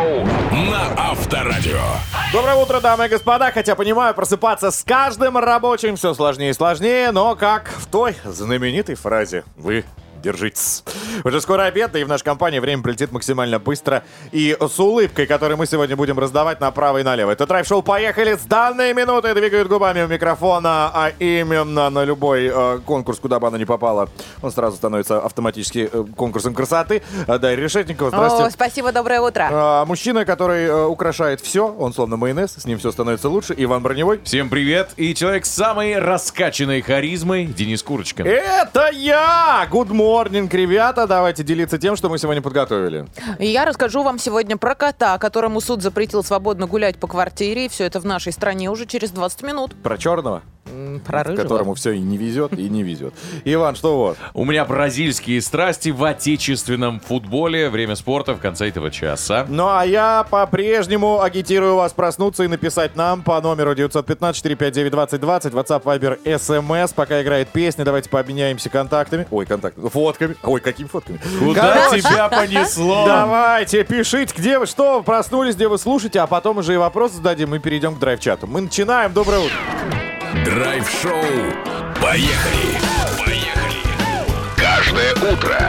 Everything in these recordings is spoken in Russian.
Драйв-шоу на Авторадио. Доброе утро, дамы и господа. Хотя, понимаю, просыпаться с каждым рабочим все сложнее и сложнее, но как в той знаменитой фразе «Вы держитесь». Уже скоро обед, и в нашей компании время прилетит максимально быстро и с улыбкой, которую мы сегодня будем раздавать направо и налево. Это драйв-шоу «Поехали!» С данной минуты двигают губами у микрофона, а именно на любой конкурс, куда бы она ни попала, он сразу становится автоматически конкурсом красоты. Дарья Решетникова, здравствуйте. О, спасибо, доброе утро. Мужчина, который украшает все, он словно майонез, с ним все становится лучше. Иван Броневой. Всем привет! И человек с самой раскачанной харизмой Денис Курочкин. Это я! Good morning, ребята! Давайте делиться тем, что мы сегодня подготовили. И я расскажу вам сегодня про кота, которому суд запретил свободно гулять по квартире. И все это в нашей стране уже через 20 минут. Про черного? Про рыжего. Которому все и не везет, и не везет. Иван, что вот? У меня бразильские страсти в отечественном футболе. Время спорта в конце этого часа. Ну, а я по-прежнему агитирую вас проснуться и написать нам по номеру 915-459-2020, WhatsApp, Viber, SMS. Пока играет песня, давайте пообменяемся контактами. Ой, контактами. Фотками. Ой, какими фотками? Куда тебя понесло? Давайте, пишите, где вы, что вы проснулись, где вы слушаете, а потом уже и вопросы зададим и перейдем к драйв-чату. Мы начинаем. Доброе утро. Драйв-шоу. Поехали! Поехали! Каждое утро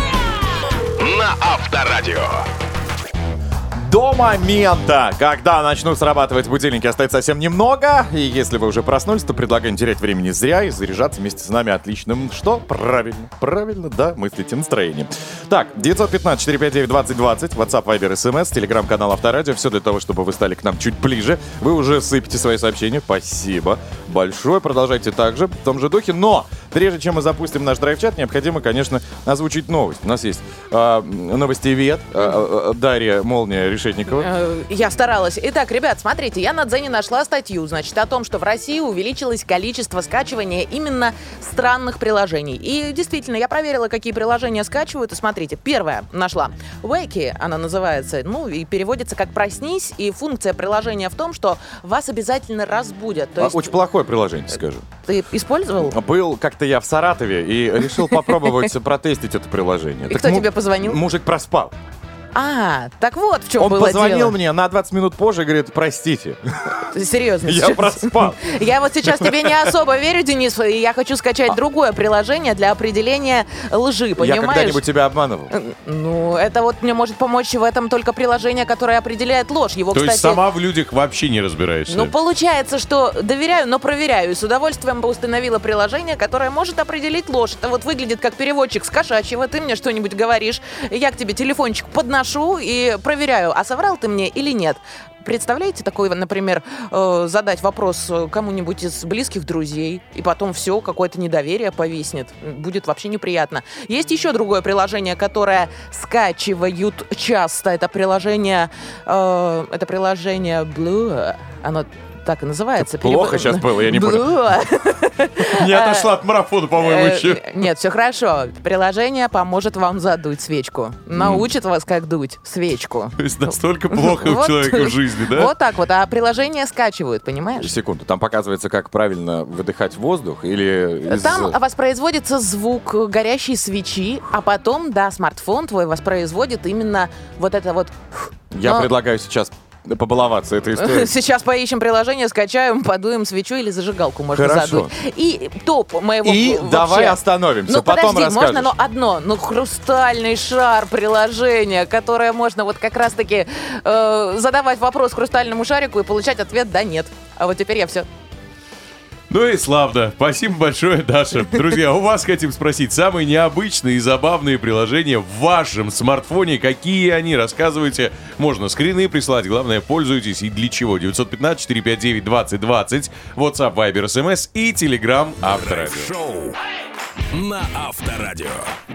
на Авторадио. До момента, когда начнут срабатывать будильники, остается совсем немного. И если вы уже проснулись, то предлагаю не терять времени зря и заряжаться вместе с нами отличным. Что? Правильно, да, мыслите настроение. Так, 915-459-2020, WhatsApp, Viber, SMS, телеграм-канал Авторадио. Все для того, чтобы вы стали к нам чуть ближе. Вы уже сыпите свои сообщения. Спасибо большое. Продолжайте так же, в том же духе. Но прежде чем мы запустим наш драйв-чат, необходимо, конечно, озвучить новость. У нас есть новостевед, Дарья Молния Решетникова. Я старалась. Итак, ребят, смотрите, я на Дзене нашла статью, значит, о том, что в России увеличилось количество скачивания именно странных приложений. И действительно, я проверила, какие приложения скачивают. И смотрите, первое нашла. Wakey, она называется, ну и переводится как «проснись». И функция приложения в том, что вас обязательно разбудят. То есть... Очень плохое приложение, скажу. Ты использовал? Был как-то я в Саратове и решил попробовать протестить это приложение. И кто тебе позвонил? Мужик проспал. А, так вот в чем Он было дело. Он позвонил мне на 20 минут позже и говорит: простите. Серьезно? Я проспал. Я вот сейчас тебе не особо верю, Денис, и я хочу скачать другое приложение для определения лжи, понимаешь? Я когда-нибудь тебя обманывал? Ну, это вот мне может помочь в этом только приложение, которое определяет ложь. Его, То кстати... есть сама в людях вообще не разбираешься? Ну, получается, что доверяю, но проверяю. И с удовольствием бы установила приложение, которое может определить ложь. Это вот выглядит как переводчик с кошачьего. Ты мне что-нибудь говоришь, я к тебе телефончик подношу и проверяю, а соврал ты мне или нет. Представляете, такой, например, задать вопрос кому-нибудь из близких друзей, и потом все, какое-то недоверие повиснет. Будет вообще неприятно. Есть еще другое приложение, которое скачивают часто. Это приложение Blue. Оно так и называется. Плохо сейчас было, я не понял. Не отошла от марафона, по-моему, еще. Нет, все хорошо. Приложение поможет вам задуть свечку. Научит вас, как дуть свечку. То есть настолько плохо у человека в жизни, да? Вот так вот. А приложение скачивают, понимаешь? Секунду, там показывается, как правильно выдыхать воздух или... Там воспроизводится звук горящей свечи, а потом, да, смартфон твой воспроизводит именно вот это вот... Я предлагаю сейчас побаловаться этой историей. Сейчас поищем приложение, скачаем, подуем свечу или зажигалку можно задуть. И топ моего... И давай остановимся, потом подожди, расскажешь. можно, хрустальный шар приложения, которое можно вот как раз-таки задавать вопрос хрустальному шарику и получать ответ «да», «нет». А вот теперь я все. Ну и славно. Спасибо большое, Даша. Друзья, у вас хотим спросить самые необычные и забавные приложения в вашем смартфоне. Какие они? Рассказывайте. Можно скрины прислать. Главное, пользуйтесь и для чего. 915-459-2020, WhatsApp, Viber, SMS и Telegram Авторадио. Драйв-шоу на Авторадио.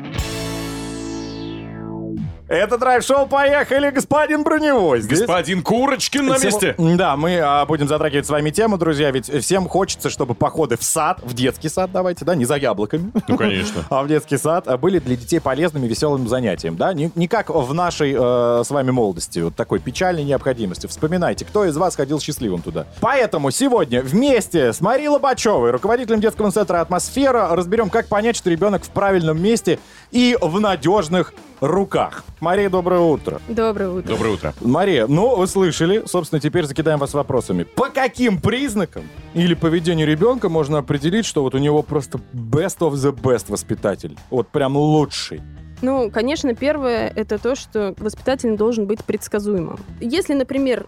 Это драйв-шоу «Поехали!» Господин Броневой здесь. Господин Курочкин на месте. Да, мы будем затрагивать с вами тему, друзья, ведь всем хочется, чтобы походы в сад, в детский сад, давайте, да, не за яблоками. Ну, конечно. А в детский сад были для детей полезным и веселым занятием, да, не как в нашей с вами молодости, вот такой печальной необходимости. Вспоминайте, кто из вас ходил счастливым туда. Поэтому сегодня вместе с Марией Лобачевой, руководителем детского центра «Атмосфера», разберем, как понять, что ребенок в правильном месте и в надежных руках. Мария, доброе утро. Доброе утро. Доброе утро. Мария, вы слышали, собственно, теперь закидаем вас вопросами. По каким признакам или поведению ребенка можно определить, что вот у него просто best of the best воспитатель? Вот прям лучший. Конечно, первое — это то, что воспитатель должен быть предсказуемым. Если, например,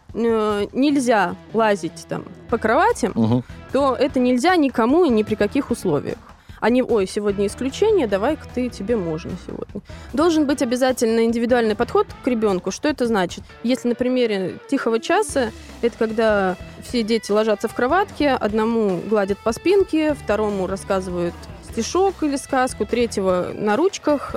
нельзя лазить по кроватям, то это нельзя никому и ни при каких условиях. Сегодня исключение, давай-ка тебе можно сегодня. Должен быть обязательно индивидуальный подход к ребенку. Что это значит? Если на примере тихого часа, это когда все дети ложатся в кроватке, одному гладят по спинке, второму рассказывают стишок или сказку, третьего на ручках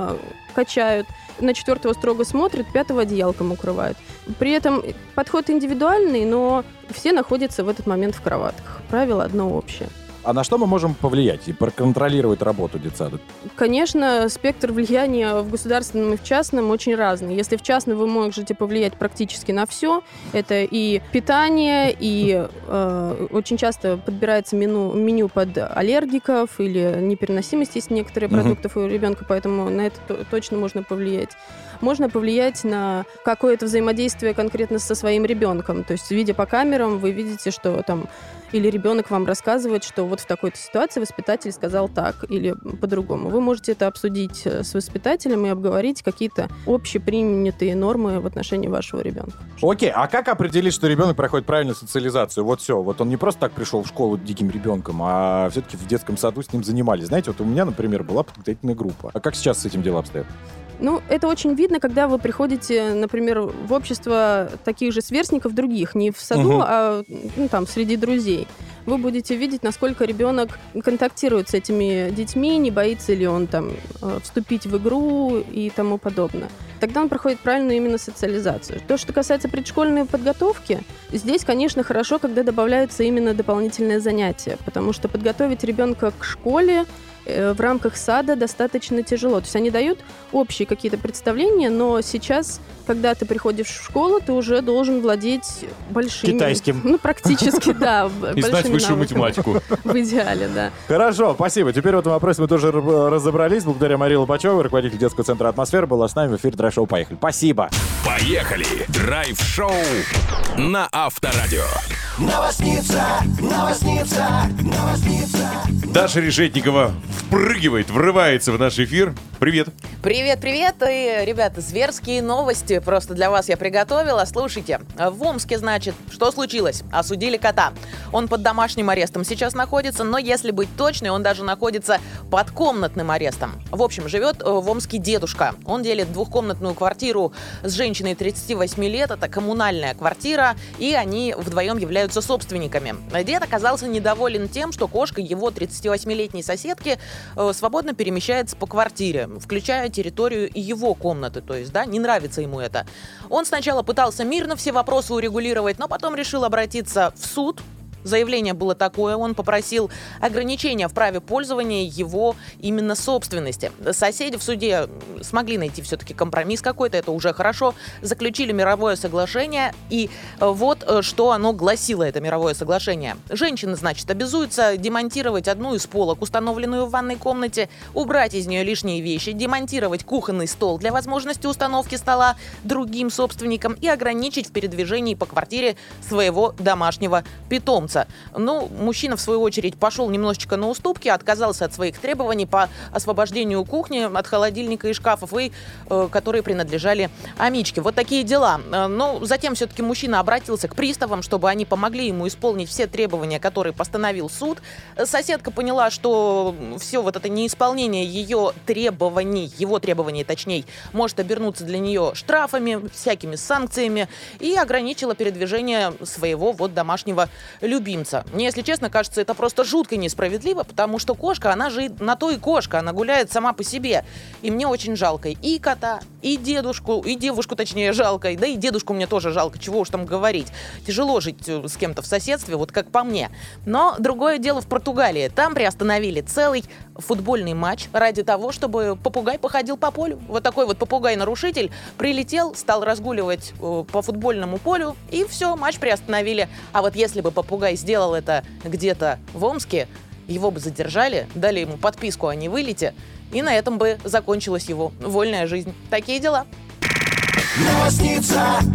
качают, на четвертого строго смотрят, пятого одеялком укрывают. При этом подход индивидуальный, но все находятся в этот момент в кроватках. Правило одно общее. А на что мы можем повлиять и проконтролировать работу детсада? Конечно, спектр влияния в государственном и в частном очень разный. Если в частном вы можете повлиять практически на все, это и питание, и очень часто подбирается меню под аллергиков или непереносимость есть некоторых продуктов у ребенка, поэтому на это точно можно повлиять. Можно повлиять на какое-то взаимодействие конкретно со своим ребенком. То есть, видя по камерам, вы видите, что или ребенок вам рассказывает, что вот в такой-то ситуации воспитатель сказал так или по-другому. Вы можете это обсудить с воспитателем и обговорить какие-то общепринятые нормы в отношении вашего ребенка. Окей, а как определить, что ребенок проходит правильную социализацию? Вот все, вот он не просто так пришел в школу диким ребенком, а все-таки в детском саду с ним занимались. Знаете, вот у меня, например, была подготовительная группа. А как сейчас с этим дела обстоят? Это очень видно, когда вы приходите, например, в общество таких же сверстников других, не в саду, а среди друзей. Вы будете видеть, насколько ребенок контактирует с этими детьми, не боится ли он вступить в игру и тому подобное. Тогда он проходит правильную именно социализацию. То, что касается предшкольной подготовки, здесь, конечно, хорошо, когда добавляются именно дополнительные занятия, потому что подготовить ребенка к школе в рамках сада достаточно тяжело. То есть они дают общие какие-то представления, но сейчас, когда ты приходишь в школу, ты уже должен владеть большими... Китайским. Практически, да. И знать высшую математику. В идеале, да. Хорошо, спасибо. Теперь в этом вопросе мы тоже разобрались. Благодаря Марии Лопачевой, руководитель детского центра «Атмосфера», была с нами в эфире Драйв-шоу «Поехали». Спасибо. Поехали! Драйв-шоу на Авторадио. Новосница. Даша Решетникова врывается в наш эфир. Привет. Привет. И, ребята, зверские новости просто для вас я приготовила. Слушайте, в Омске, значит, что случилось? Осудили кота. Он под домашним арестом сейчас находится, но если быть точной, он даже находится под комнатным арестом. В общем, живет в Омске дедушка. Он делит двухкомнатную квартиру с женщиной 38 лет. Это коммунальная квартира, и они вдвоем являются собственниками. Дед оказался недоволен тем, что кошка его 38-летней соседки свободно перемещается по квартире, включая территорию и его комнаты. То есть, не нравится ему это. Он сначала пытался мирно все вопросы урегулировать, но потом решил обратиться в суд. Заявление было такое, он попросил ограничения в праве пользования его именно собственности. Соседи в суде смогли найти все-таки компромисс какой-то, это уже хорошо, заключили мировое соглашение, и вот что оно гласило, это мировое соглашение. Женщина, значит, обязуется демонтировать одну из полок, установленную в ванной комнате, убрать из нее лишние вещи, демонтировать кухонный стол для возможности установки стола другим собственникам и ограничить в передвижении по квартире своего домашнего питомца. Мужчина, в свою очередь, пошел немножечко на уступки, отказался от своих требований по освобождению кухни от холодильника и шкафов, которые принадлежали Амичке. Вот такие дела. Но затем все-таки мужчина обратился к приставам, чтобы они помогли ему исполнить все требования, которые постановил суд. Соседка поняла, что все вот это неисполнение ее требований, его требований, точнее, может обернуться для нее штрафами, всякими санкциями, и ограничила передвижение своего домашнего любимца. Мне, если честно, кажется, это просто жутко несправедливо, потому что кошка, она же на то и кошка, она гуляет сама по себе. И мне очень жалко и кота, и дедушку, и девушку, точнее, жалко, да и дедушку мне тоже жалко, чего уж там говорить. Тяжело жить с кем-то в соседстве, вот как по мне. Но другое дело в Португалии. Там приостановили целый футбольный матч ради того, чтобы попугай походил по полю. Вот такой вот попугай-нарушитель прилетел, стал разгуливать по футбольному полю, и все, матч приостановили. А вот если бы попугай сделал это где-то в Омске, его бы задержали, дали ему подписку о невылете, и на этом бы закончилась его вольная жизнь. Такие дела. Новосница.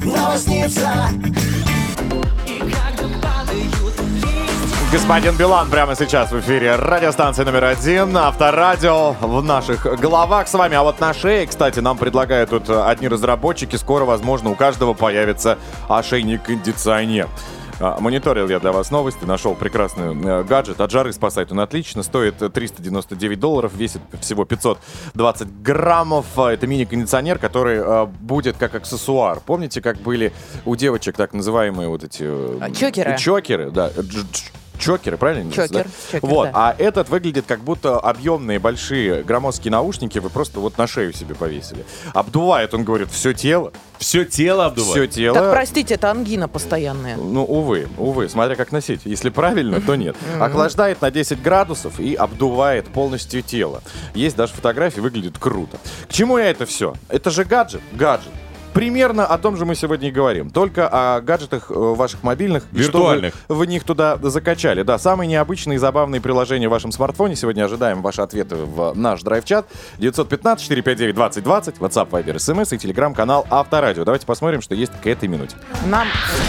Господин Билан прямо сейчас в эфире радиостанции номер 1, Авторадио в наших головах с вами. А вот на шее, кстати, нам предлагают тут одни разработчики. Скоро, возможно, у каждого появится ошейник-кондиционер. Мониторил я для вас новости, нашел прекрасный гаджет. От жары спасает он отлично, стоит $399, весит всего 520 граммов. Это мини-кондиционер, который будет как аксессуар. Помните, как были у девочек так называемые вот эти... Чокеры. Чокеры, да. Чокеры, правильно? Чокер, вот, да. А этот выглядит как будто объемные большие громоздкие наушники вы просто вот на шею себе повесили. Обдувает, он говорит, все тело. Все тело обдувает? Все тело. Так, простите, это ангина постоянная. Ну, увы, смотря как носить. Если правильно, то нет. Охлаждает на 10 градусов и обдувает полностью тело. Есть даже фотографии, выглядит круто. К чему я это все? Это же гаджет. Примерно о том же мы сегодня и говорим. Только о гаджетах ваших мобильных. Виртуальных. Что вы в них туда закачали. Да, самые необычные и забавные приложения в вашем смартфоне. Сегодня ожидаем ваши ответы в наш драйв-чат. 915-459-2020. WhatsApp, Viber, SMS и телеграм-канал Авторадио. Давайте посмотрим, что есть к этой минуте. Нам...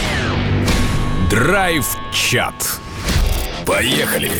Драйв-чат. Поехали.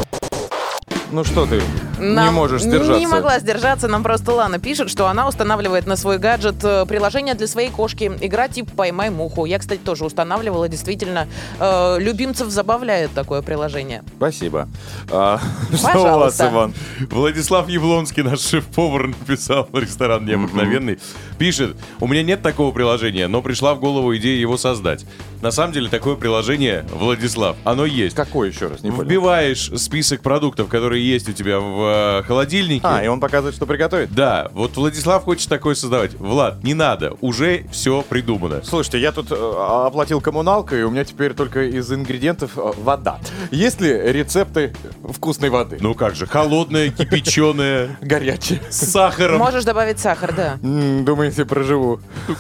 Ну что ты Нам не можешь сдержаться? Не могла сдержаться. Нам просто Лана пишет, что она устанавливает на свой гаджет приложение для своей кошки. Игра типа «Поймай муху». Я, кстати, тоже устанавливала. Действительно, любимцев забавляет такое приложение. Спасибо. Что у вас, Пожалуйста. Иван? Владислав Яблонский, наш шеф-повар, написал, ресторан необыкновенный. Пишет: у меня нет такого приложения, но пришла в голову идея его создать. На самом деле, такое приложение, Владислав, оно есть. Какой еще раз? Не понял. Вбиваешь список продуктов, которые есть у тебя в холодильнике. И он показывает, что приготовить? Да, вот Владислав хочет такое создавать. Влад, не надо, уже все придумано. Слушайте, я тут оплатил коммуналку, и у меня теперь только из ингредиентов вода. Есть ли рецепты вкусной воды? Ну как же, холодная, кипяченая, Горячая. с сахаром. Можешь добавить сахар, да. Думаете, проживу?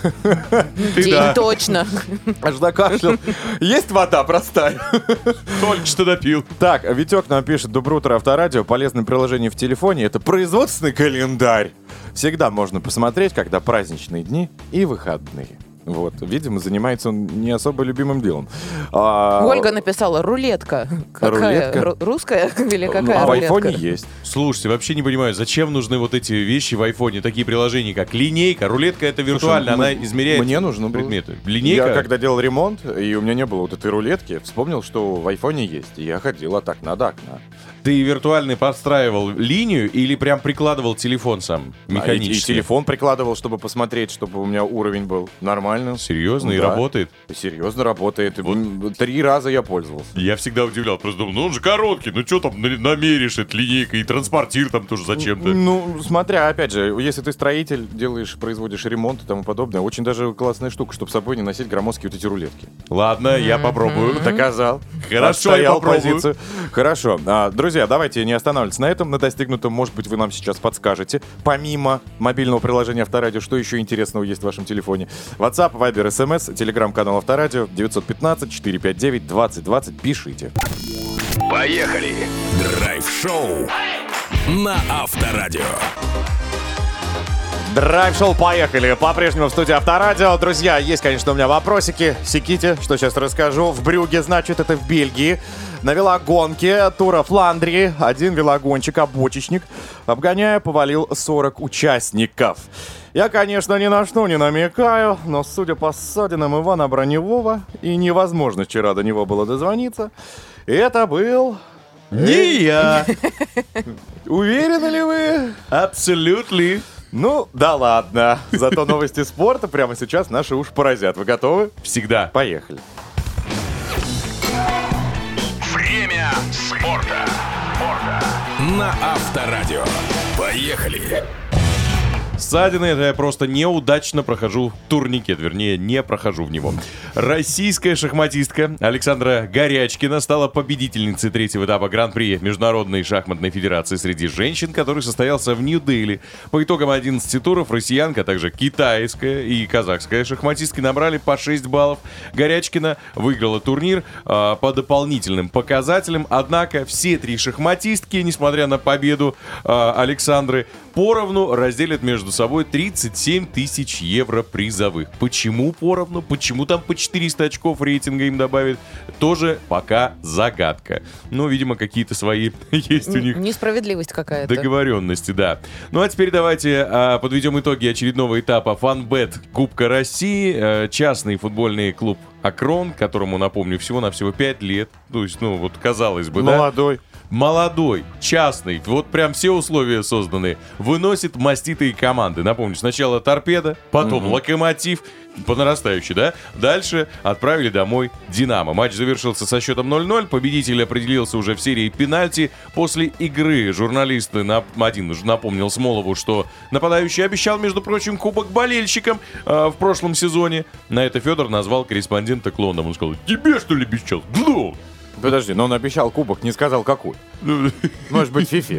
День точно. Аж закашлял. Есть вода простая? Только что допил. Так, Витек нам пишет: доброе утро, Авторадио. Полезное приложение в телефоне — это производственный календарь. Всегда можно посмотреть, когда праздничные дни и выходные. Вот, видимо, занимается он не особо любимым делом. Ольга написала «рулетка». Какая? Рулетка? Русская или какая в рулетка? айфоне есть. Слушайте, вообще не понимаю, зачем нужны вот эти вещи в айфоне, такие приложения, как линейка. Рулетка — это виртуально, Слушай, она измеряет мне нужно было. предметы. Линейка? Я когда делал ремонт, и у меня не было вот этой рулетки, вспомнил, что в айфоне есть. И я ходил от окна до окна. Ты виртуальный подстраивал линию или прям прикладывал телефон сам механически? И телефон прикладывал, чтобы посмотреть, чтобы у меня уровень был нормально. Серьезно? И Да. работает? Серьезно работает. 3 раза я пользовался. Я всегда удивлял, просто думал, ну он же короткий, ну что там намеришь, это линейка, и транспортир там тоже зачем-то. Ну, смотря, опять же, если ты строитель, делаешь, производишь ремонт и тому подобное, очень даже классная штука, чтобы с собой не носить громоздкие вот эти рулетки. Ладно, я попробую. Доказал. Хорошо, Отстоял я попробую. позицию. Хорошо. Друзья, давайте не останавливаться на этом, на достигнутом. Может быть, вы нам сейчас подскажете, помимо мобильного приложения Авторадио, что еще интересного есть в вашем телефоне. WhatsApp, Viber, SMS, телеграм-канал Авторадио, 915-459-2020. Пишите. Поехали. Драйв-шоу на Авторадио. Драйв-шоу, поехали. По-прежнему в студии Авторадио. Друзья, есть, конечно, у меня вопросики. Секите, что сейчас расскажу. В Брюгге, значит, это в Бельгии. На велогонке тура Фландрии один велогонщик-обочечник, обгоняя, повалил 40 участников. Я, конечно, ни на что не намекаю, но, судя по ссадинам Ивана Броневого, и невозможно вчера до него было дозвониться, это был... Не я. Уверены ли вы? Абсолютно. Ну, да ладно. Зато новости спорта прямо сейчас наши уши поразят. Вы готовы? Всегда. Поехали. Время спорта. На Авторадио. Поехали. Ссадины — это я просто неудачно прохожу турникет, вернее, не прохожу в него. Российская шахматистка Александра Горячкина стала победительницей третьего этапа Гран-при Международной шахматной федерации среди женщин, который состоялся в Нью-Дели. По итогам 11 туров россиянка, а также китайская и казахская шахматистки набрали по 6 баллов. Горячкина выиграла турнир по дополнительным показателям, однако все три шахматистки, несмотря на победу Александры, поровну разделят между собой 37 тысяч евро призовых. Почему поровну? Почему там по 400 очков рейтинга им добавят? Тоже пока загадка. Но, видимо, какие-то свои есть у них. Несправедливость какая-то. Договоренности, да. Ну а теперь давайте подведем итоги очередного этапа Фанбет Кубка России. Частный футбольный клуб «Акрон», которому, напомню, всего-навсего 5 лет. То есть, ну вот, казалось бы, молодой, частный, вот прям все условия созданы, выносит маститые команды. Напомню, сначала «Торпедо», потом «Локомотив», по нарастающей, да? Дальше отправили домой «Динамо». Матч завершился со счетом 0-0. Победитель определился уже в серии пенальти. После игры журналисты напомнил Смолову, что нападающий обещал, между прочим, кубок болельщикам в прошлом сезоне. На это Федор назвал корреспондента клоуном. Он сказал: «Тебе, что ли, обещал? Клоун!» Подожди, но он обещал кубок, не сказал какой. Может быть, Фифе.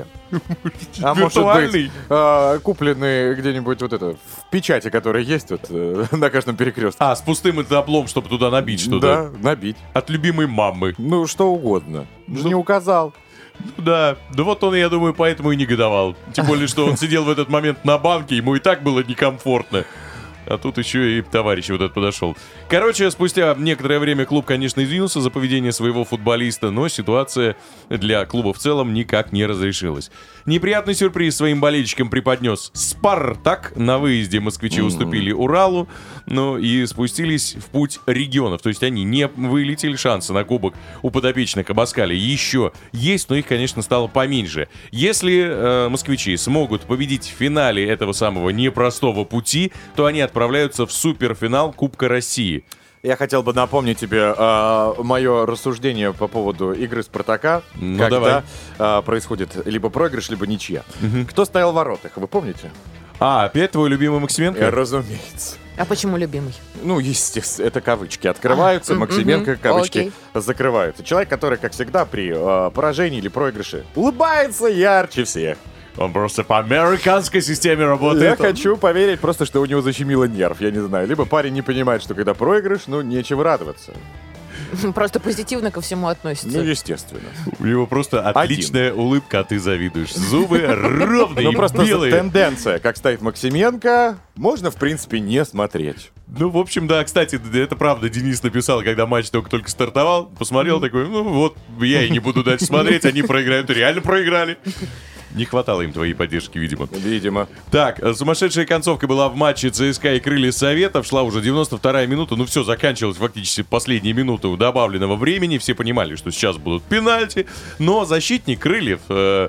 А виртуальный. Может быть, купленный где-нибудь вот это, в печати, которая есть вот на каждом перекрестке. А, с пустым таблом, чтобы туда набить что-то. Да, набить. От любимой мамы. Ну, что угодно. Не указал. Да, вот он, я думаю, поэтому и негодовал. Тем более, что он сидел в этот момент на банке, ему и так было некомфортно. А тут еще и товарищ вот этот подошел. Короче, спустя некоторое время клуб, конечно, извинился за поведение своего футболиста, но ситуация для клуба в целом никак не разрешилась. Неприятный сюрприз своим болельщикам преподнес «Спартак». На выезде москвичи уступили «Уралу», ну и спустились в путь регионов. То есть они не вылетели, шансы на кубок у подопечных Абаскаля еще есть, но их, конечно, стало поменьше. Если москвичи смогут победить в финале этого самого непростого пути, то они отправляются в суперфинал Кубка России. Я хотел бы напомнить тебе мое рассуждение по поводу игры «Спартака», когда происходит либо проигрыш, либо ничья. Кто стоял в воротах, вы помните? Опять твой любимый Максименко? Разумеется. А почему любимый? Ну, естественно, это кавычки открываются, Максименко кавычки закрываются. Человек, который, как всегда, при поражении или проигрыше улыбается ярче всех. Он просто по американской системе работает. Я хочу поверить просто, что у него защемило нерв, я не знаю. Либо парень не понимает, что когда проигрыш, ну, нечего радоваться. Просто позитивно ко всему относится. Ну, естественно. У него просто отличная улыбка, а ты завидуешь. Зубы ровные, ну, просто белые. Тенденция, как стоит Максименко, можно, в принципе, не смотреть. Ну, в общем, да, кстати, это правда, Денис написал, когда матч только стартовал, посмотрел такой, ну вот, я и не буду дальше смотреть, они проиграют, реально проиграли. Не хватало им твоей поддержки, видимо. Видимо. Так, сумасшедшая концовка была в матче ЦСКА и Крылья Советов. Шла уже 92-я минута. Ну все, заканчивалась фактически последние минуты добавленного времени. Все понимали, что сейчас будут пенальти. Но защитник Крыльев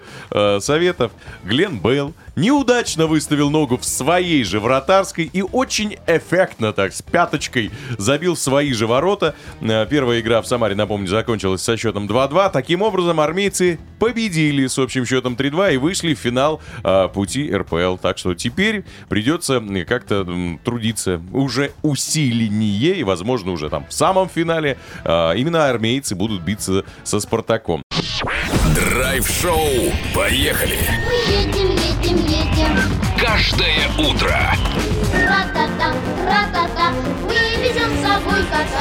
Советов Глен Бейл неудачно выставил ногу в своей же вратарской и очень эффектно так, с пяточкой, забил в свои же ворота. Первая игра в Самаре, напомню, закончилась со счетом 2-2. Таким образом, армейцы победили с общим счетом 3-2 и вышли в финал пути РПЛ. Так что теперь придется как-то трудиться уже усиленнее, и, возможно, уже там в самом финале именно армейцы будут биться со Спартаком. Драйв-шоу. Поехали! Мы едем. Каждое утро. Ра-та-та, ра-та-та, мы везем с собой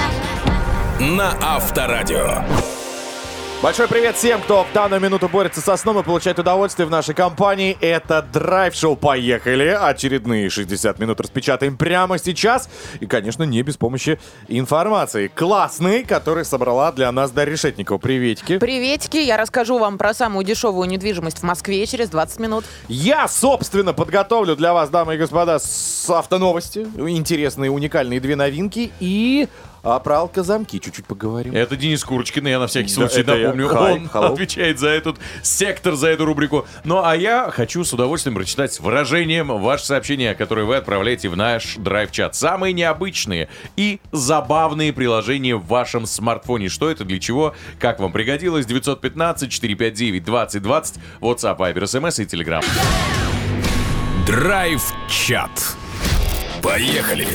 кота. На Авторадио. Большой привет всем, кто в данную минуту борется со сном и получает удовольствие в нашей компании. Это драйв-шоу «Поехали». Очередные 60 минут распечатаем прямо сейчас. И, конечно, не без помощи информации. Классный, который собрала для нас Дарья Решетникова. Приветики. Приветики. Я расскажу вам про самую дешевую недвижимость в Москве через 20 минут. Я, собственно, подготовлю для вас, дамы и господа, автоновости. Интересные, уникальные две новинки. И... про алкозамки чуть-чуть поговорим. Это Денис Курочкин, я на всякий случай напомню, он отвечает за этот сектор, за эту рубрику. Ну, а я хочу с удовольствием прочитать с выражением ваше сообщение, которое вы отправляете в наш драйв-чат. Самые необычные и забавные приложения в вашем смартфоне. Что это, для чего, как вам пригодилось? 915-459-2020, WhatsApp, Viber, SMS и Telegram. Драйв-чат. Поехали.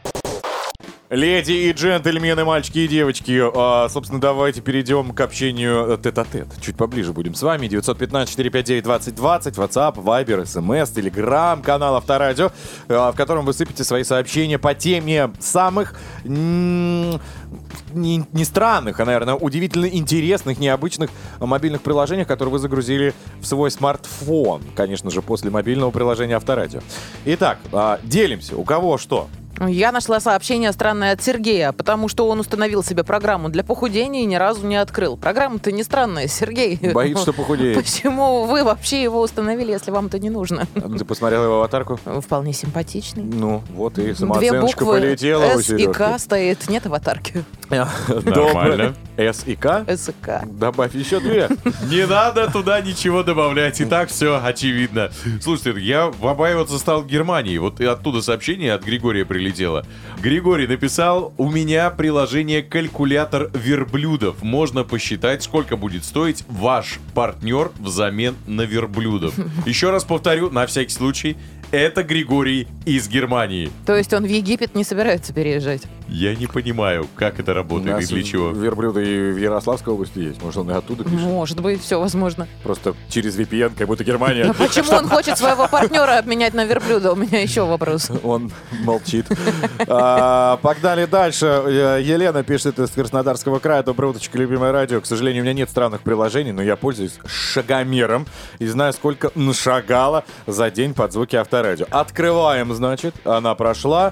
Леди и джентльмены, мальчики и девочки, собственно, давайте перейдем к общению тет-а-тет. Чуть поближе будем с вами. 915-459-2020, WhatsApp, Viber, SMS, Telegram, канал Авторадио, в котором вы сыпете свои сообщения по теме самых не странных, а, наверное, удивительно интересных, необычных мобильных приложений, которые вы загрузили в свой смартфон. Конечно же, после мобильного приложения Авторадио. Итак, делимся. У кого что? Я нашла сообщение странное от Сергея, потому что он установил себе программу для похудения и ни разу не открыл. Программа-то не странная, Сергей. Боится, что похудеет. Почему вы вообще его установили, если вам это не нужно? Ты посмотрел его аватарку? Вполне симпатичный. Ну, вот и 2 самооценочка буквы полетела у С и Сережки. К стоит. Нет аватарки. Нормально. С и К? С и К. Добавь еще 2. Не надо туда ничего добавлять. И так все очевидно. Слушайте, я побаиваться стал в Германии. Вот и оттуда сообщение от Григория прилетело. Григорий написал: у меня приложение калькулятор верблюдов. Можно посчитать, сколько будет стоить ваш партнер взамен на верблюдов. Еще раз повторю, на всякий случай, это Григорий из Германии. То есть он в Египет не собирается переезжать? Я не понимаю, как это У работает нас и для чего. верблюды и в Ярославской области есть. Может, он и оттуда пишет? Может быть, все возможно. Просто через VPN, как будто Германия. Но почему он хочет своего партнера обменять на верблюда? У меня еще вопрос. Он молчит. Погнали дальше. Елена пишет из Краснодарского края. Доброе утречко, любимое радио. К сожалению, у меня нет странных приложений, но я пользуюсь шагомером и знаю, сколько нашагала за день под звуки Авторадио. Открываем, значит. Она прошла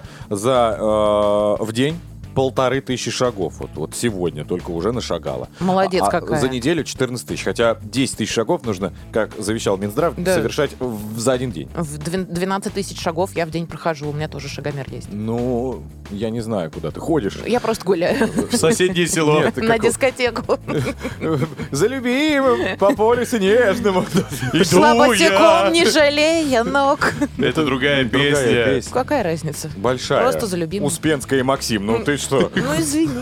в день 1500 шагов. Вот сегодня только уже нашагала. Молодец какая. За неделю 14 тысяч. Хотя 10 тысяч шагов нужно, как завещал Минздрав, Да. совершать за один день. В 12 тысяч шагов я в день прохожу. У меня тоже шагомер есть. Ну, я не знаю, куда ты ходишь. Я просто гуляю В соседнее село. Нет, ты на как- дискотеку. За любимым по полю снежному. Шла Иду босиком, я. не жалея ног. Это другая Другая песня. Какая разница? Большая. Просто за любимым. Успенская и Максим. Ну ты что? Ну, извини.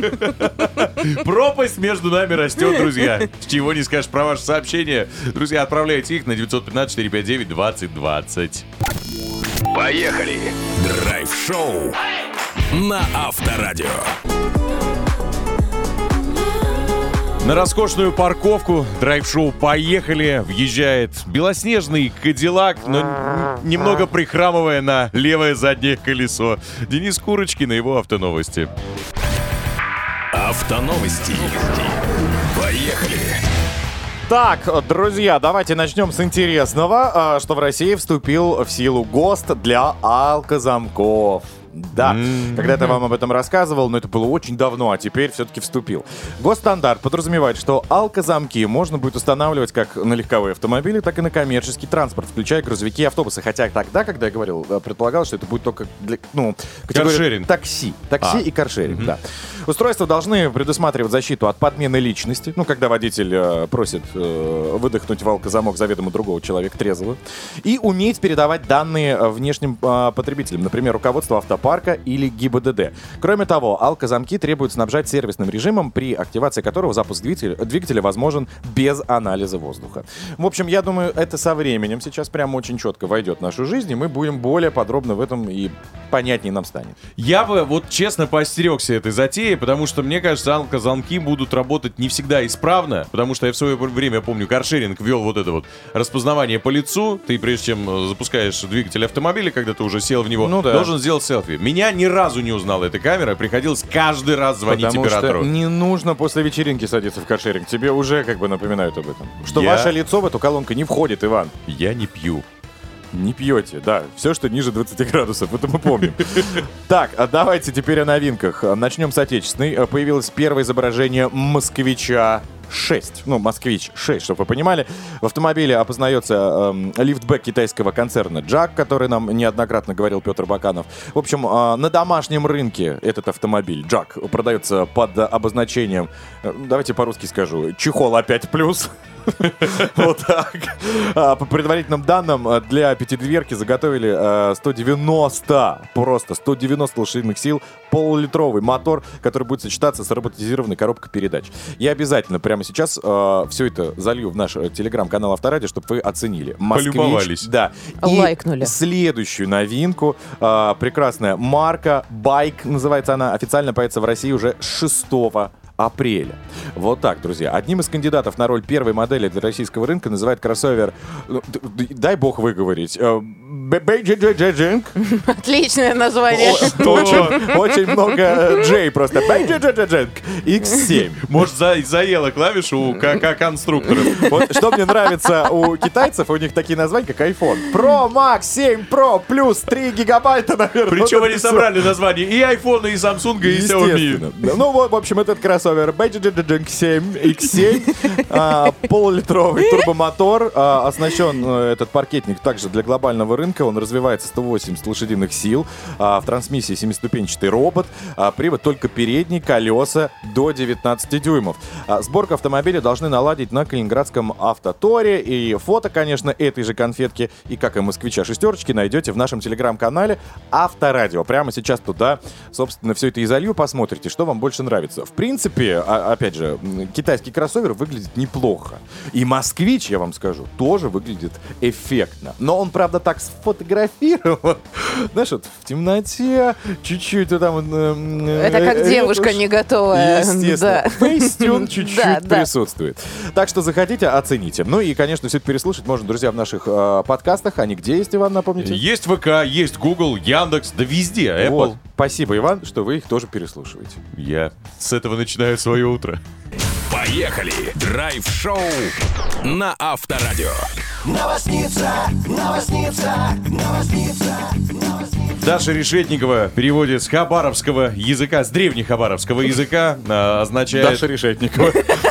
Пропасть между нами растет, друзья. Чего не скажешь про ваши сообщения. Друзья, отправляйте их на 915-459-2020. Поехали. Драйв-шоу на Авторадио. На роскошную парковку драйв-шоу «Поехали» въезжает белоснежный Кадиллак, но немного прихрамывая на левое заднее колесо. Денис Курочкин и его автоновости. Автоновости. Поехали. Так, друзья, давайте начнем с интересного, что в России вступил в силу ГОСТ для алкозамков. Да, когда-то я вам об этом рассказывал, но это было очень давно, а теперь все-таки вступил. Госстандарт подразумевает, что алкозамки можно будет устанавливать как на легковые автомобили, так и на коммерческий транспорт, включая грузовики и автобусы. Хотя тогда, когда я говорил, предполагалось, что это будет только для, категория Каршеринг. такси и каршеринг, да. Устройства должны предусматривать защиту от подмены личности, когда водитель просит выдохнуть в алкозамок заведомо другого человека трезвого, и уметь передавать данные внешним потребителям, например, руководству автопарка или ГИБДД. Кроме того, алкозамки требуют снабжать сервисным режимом, при активации которого запуск двигателя возможен без анализа воздуха. В общем, я думаю, это со временем сейчас прямо очень четко войдет в нашу жизнь, и мы будем более подробно в этом, и понятнее нам станет. Я бы вот честно поостерегся этой затеи, потому что, мне кажется, алкозамки будут работать не всегда исправно, потому что я в свое время, помню, каршеринг ввел вот это вот распознавание по лицу. Ты, прежде чем запускаешь двигатель автомобиля, когда ты уже сел в него, должен сделать селфи. Меня ни разу не узнала эта камера, приходилось каждый раз звонить Потому оператору. что не нужно после вечеринки садиться в каршеринг. Тебе уже напоминают об этом. Что ваше лицо в эту колонку не входит, Иван. Я не пью. Не пьете, да. Все, что ниже 20 градусов, это мы помним. Так, а давайте теперь о новинках. Начнем с отечественной. Появилось первое изображение Москвича 6. Москвич 6, чтобы вы понимали. В автомобиле опознается лифтбэк китайского концерна Джак, который нам неоднократно говорил Петр Баканов. В общем, на домашнем рынке этот автомобиль Джак продается под обозначением, давайте по-русски скажу, чехол опять плюс. Вот так. По предварительным данным, для пятидверки заготовили 190 лошадиных сил, полулитровый мотор, который будет сочетаться с роботизированной коробкой передач. Я обязательно прямо сейчас все это залью в наш телеграм-канал Авторадио, чтобы вы оценили. Полюбовались. Да. И Лайкнули. следующую новинку. Прекрасная марка Байк, называется она, официально появится в России уже 6 апреля. Вот так, друзья. Одним из кандидатов на роль первой модели для российского рынка называют кроссовер, дай бог выговорить, Бэйджэджэджэнг. Отличное название. Очень много Джей просто. Бэйджэджэджэнг X7. Может, заела клавишу у конструктора. Вот что мне нравится у китайцев, у них такие названия, как iPhone. Pro Max 7 Pro плюс 3 гигабайта, наверное. Причем Вот они это всё. собрали название и iPhone, и Samsung, и Xiaomi. Естественно. Ну вот, в общем, этот кроссовер Bajaj 7 X7, полулитровый турбомотор, оснащен этот паркетник также для глобального рынка, он развивается 180 лошадиных сил, в трансмиссии 7-ступенчатый робот, привод только передний, колеса до 19 дюймов. Сборку автомобиля должны наладить на Калининградском автоторе, и фото, конечно, этой же конфетки, и как и москвича шестерочки, найдете в нашем телеграм-канале Авторадио. Прямо сейчас туда, собственно, все это и залью, посмотрите, что вам больше нравится. В принципе, опять же, китайский кроссовер выглядит неплохо. И москвич, я вам скажу, тоже выглядит эффектно. Но он, правда, так сфотографирован. Знаешь, вот в темноте, чуть-чуть там... Это как девушка не готовая. Естественно. Да. Фейстюн чуть-чуть Да, да. присутствует. Так что заходите, оцените. Ну и, конечно, все это переслушать можно, друзья, в наших подкастах. Они где есть, Иван, напомните? Есть ВК, есть Google, Яндекс, да везде. Apple. Вот. Спасибо, Иван, что вы их тоже переслушиваете. Я с этого начинаю свое утро. Поехали! Драйв-шоу на Авторадио. Даша Решетникова переводит с хабаровского языка, с древнехабаровского языка, означает... Даша Решетникова.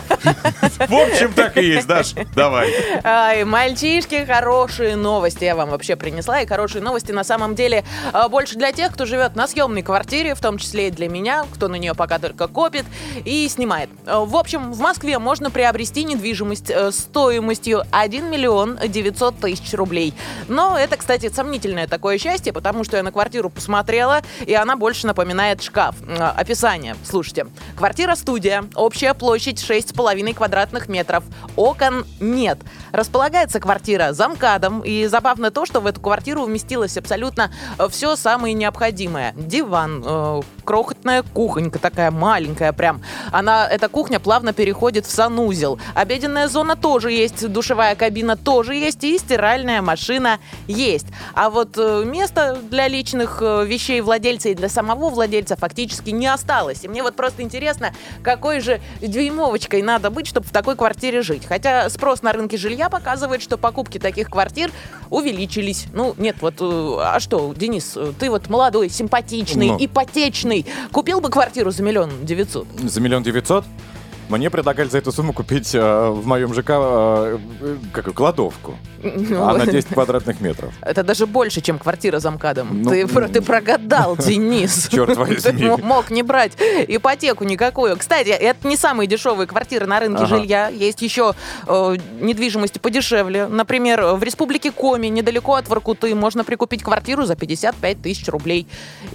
В общем, так и есть, Даш, давай. Ай, мальчишки, хорошие новости я вам вообще принесла. И хорошие новости на самом деле больше для тех, кто живет на съемной квартире, в том числе и для меня, кто на нее пока только копит и снимает. В общем, в Москве можно приобрести недвижимость стоимостью 1 миллион 900 тысяч рублей. Но это, кстати, сомнительное такое счастье, потому что я на квартиру посмотрела, и она больше напоминает шкаф. Описание. Слушайте. Квартира-студия. Общая площадь 6,5 квадратных метров. Окон нет. Располагается квартира за МКАДом. И забавно то, что в эту квартиру вместилось абсолютно все самое необходимое. Диван, крохотная кухонька такая маленькая прям. Эта кухня плавно переходит в санузел. Обеденная зона тоже есть, душевая кабина тоже есть и стиральная машина есть. А вот места для личных вещей владельца и для самого владельца фактически не осталось. И мне вот просто интересно, какой же дюймовочкой надо быть, чтобы в такой квартире жить. Хотя спрос на рынке жилья показывает, что покупки таких квартир увеличились. Ну, нет, вот, а что, Денис, ты вот молодой, симпатичный, ипотечный. Купил бы квартиру за 1 900 000? За 1 900 000? Мне предлагали за эту сумму купить в моем ЖК кладовку. Она 10 квадратных метров. Это даже больше, чем квартира за МКАДом. Ну, Ты прогадал, Денис. Черт возьми. Ты мог не брать ипотеку никакую. Кстати, это не самые дешевые квартиры на рынке жилья. Есть еще недвижимости подешевле. Например, в республике Коми, недалеко от Воркуты, можно прикупить квартиру за 55 тысяч рублей.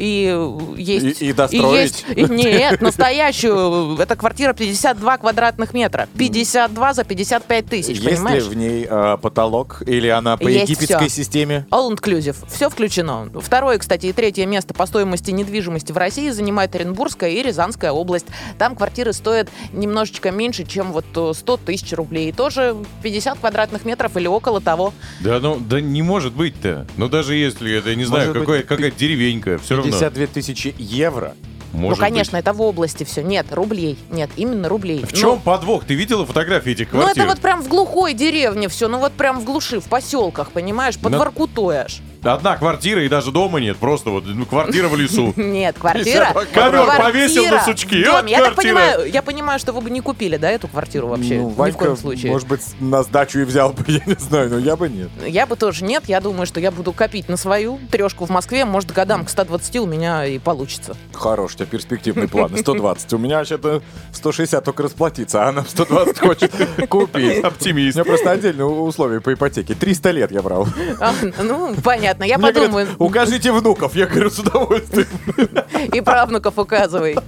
И есть... И достроить? Нет, настоящую. Это квартира 52 квадратных метра. 52 за 55 тысяч, Есть понимаешь? ли в ней потолок? Или она по Есть египетской всё. системе? All inclusive. Все включено. Второе, кстати, и третье место по стоимости недвижимости в России занимает Оренбургская и Рязанская область. Там квартиры стоят немножечко меньше, чем вот 100 тысяч рублей. Тоже 50 квадратных метров или около того. Да, да не может быть-то. Ну, даже если это, не знаю, Может быть, какая-то деревенька, все равно. 52 тысячи евро? Может ну, конечно, быть. это в области все. Нет, рублей. Нет, именно рублей. В чем подвох? Ты видела фотографии этих квартир? Ну, это вот прям в глухой деревне все. Ну, вот прям в глуши, в поселках, понимаешь, под Ну, Воркутой аж. Одна квартира и даже дома нет. Просто вот квартира в лесу. Нет, квартира. Ковер Квартира повесил на сучки. в Вот доме. квартира. Я понимаю, что вы бы не купили, да, эту квартиру вообще? Ну, Ни в Ванька, коем случае. может быть, на сдачу и взял бы, я не знаю, но я бы нет. Я бы тоже нет. Я думаю, что я буду копить на свою трешку в Москве. Может, годам к 120 у меня и получится. Хорош, у тебя перспективные планы. 120. У меня вообще-то 160 только расплатиться, а она в 120 хочет купить. Оптимист. У меня просто отдельные условия по ипотеке. 300 лет я брал. Ну, понятно. Я Мне подумаю. говорят, укажите внуков. Я говорю, с удовольствием. И правнуков указывай.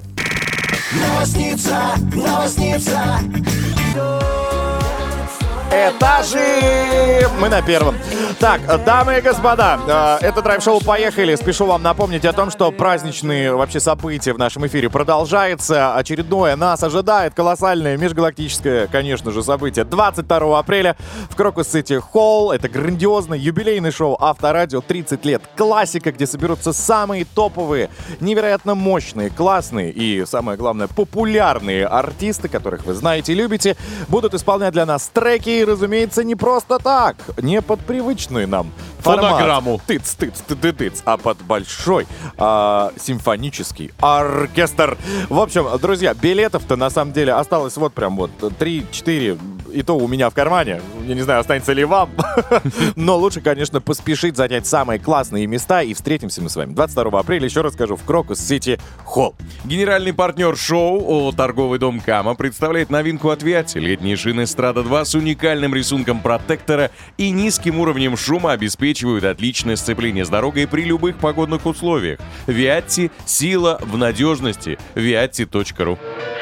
Этажи! Мы на первом. Так, дамы и господа, это драйв-шоу «Поехали». Спешу вам напомнить о том, что праздничные вообще события в нашем эфире продолжаются. Очередное нас ожидает колоссальное межгалактическое, конечно же, событие. 22 апреля в Крокус-Сити Холл. Это грандиозное юбилейное шоу «Авторадио». 30 лет. Классика, где соберутся самые топовые, невероятно мощные, классные и, самое главное, популярные артисты, которых вы знаете и любите, будут исполнять для нас треки. И, разумеется, не просто так, не под привычный нам формат. Фонограмму. Тыц, а под большой симфонический оркестр. В общем, друзья, билетов-то на самом деле осталось вот прям вот 3-4, и то у меня в кармане. Я не знаю, останется ли вам. Но лучше, конечно, поспешить занять самые классные места. И встретимся мы с вами 22 апреля, еще раз скажу, в Крокус-Сити Холл. Генеральный партнер шоу торговый дом Кама представляет новинку от Виатти. Летние шины Страда 2 с уникальным рисунком протектора и низким уровнем шума обеспечивают отличное сцепление с дорогой при любых погодных условиях. Виатти — сила в надежности. Viatti.ru.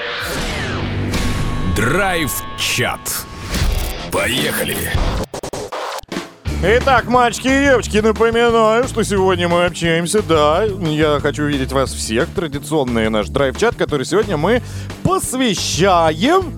Драйв-чат. Поехали. Итак, мальчики и девочки, напоминаю, что сегодня мы общаемся, да, я хочу видеть вас всех, традиционный наш драйв-чат, который сегодня мы посвящаем,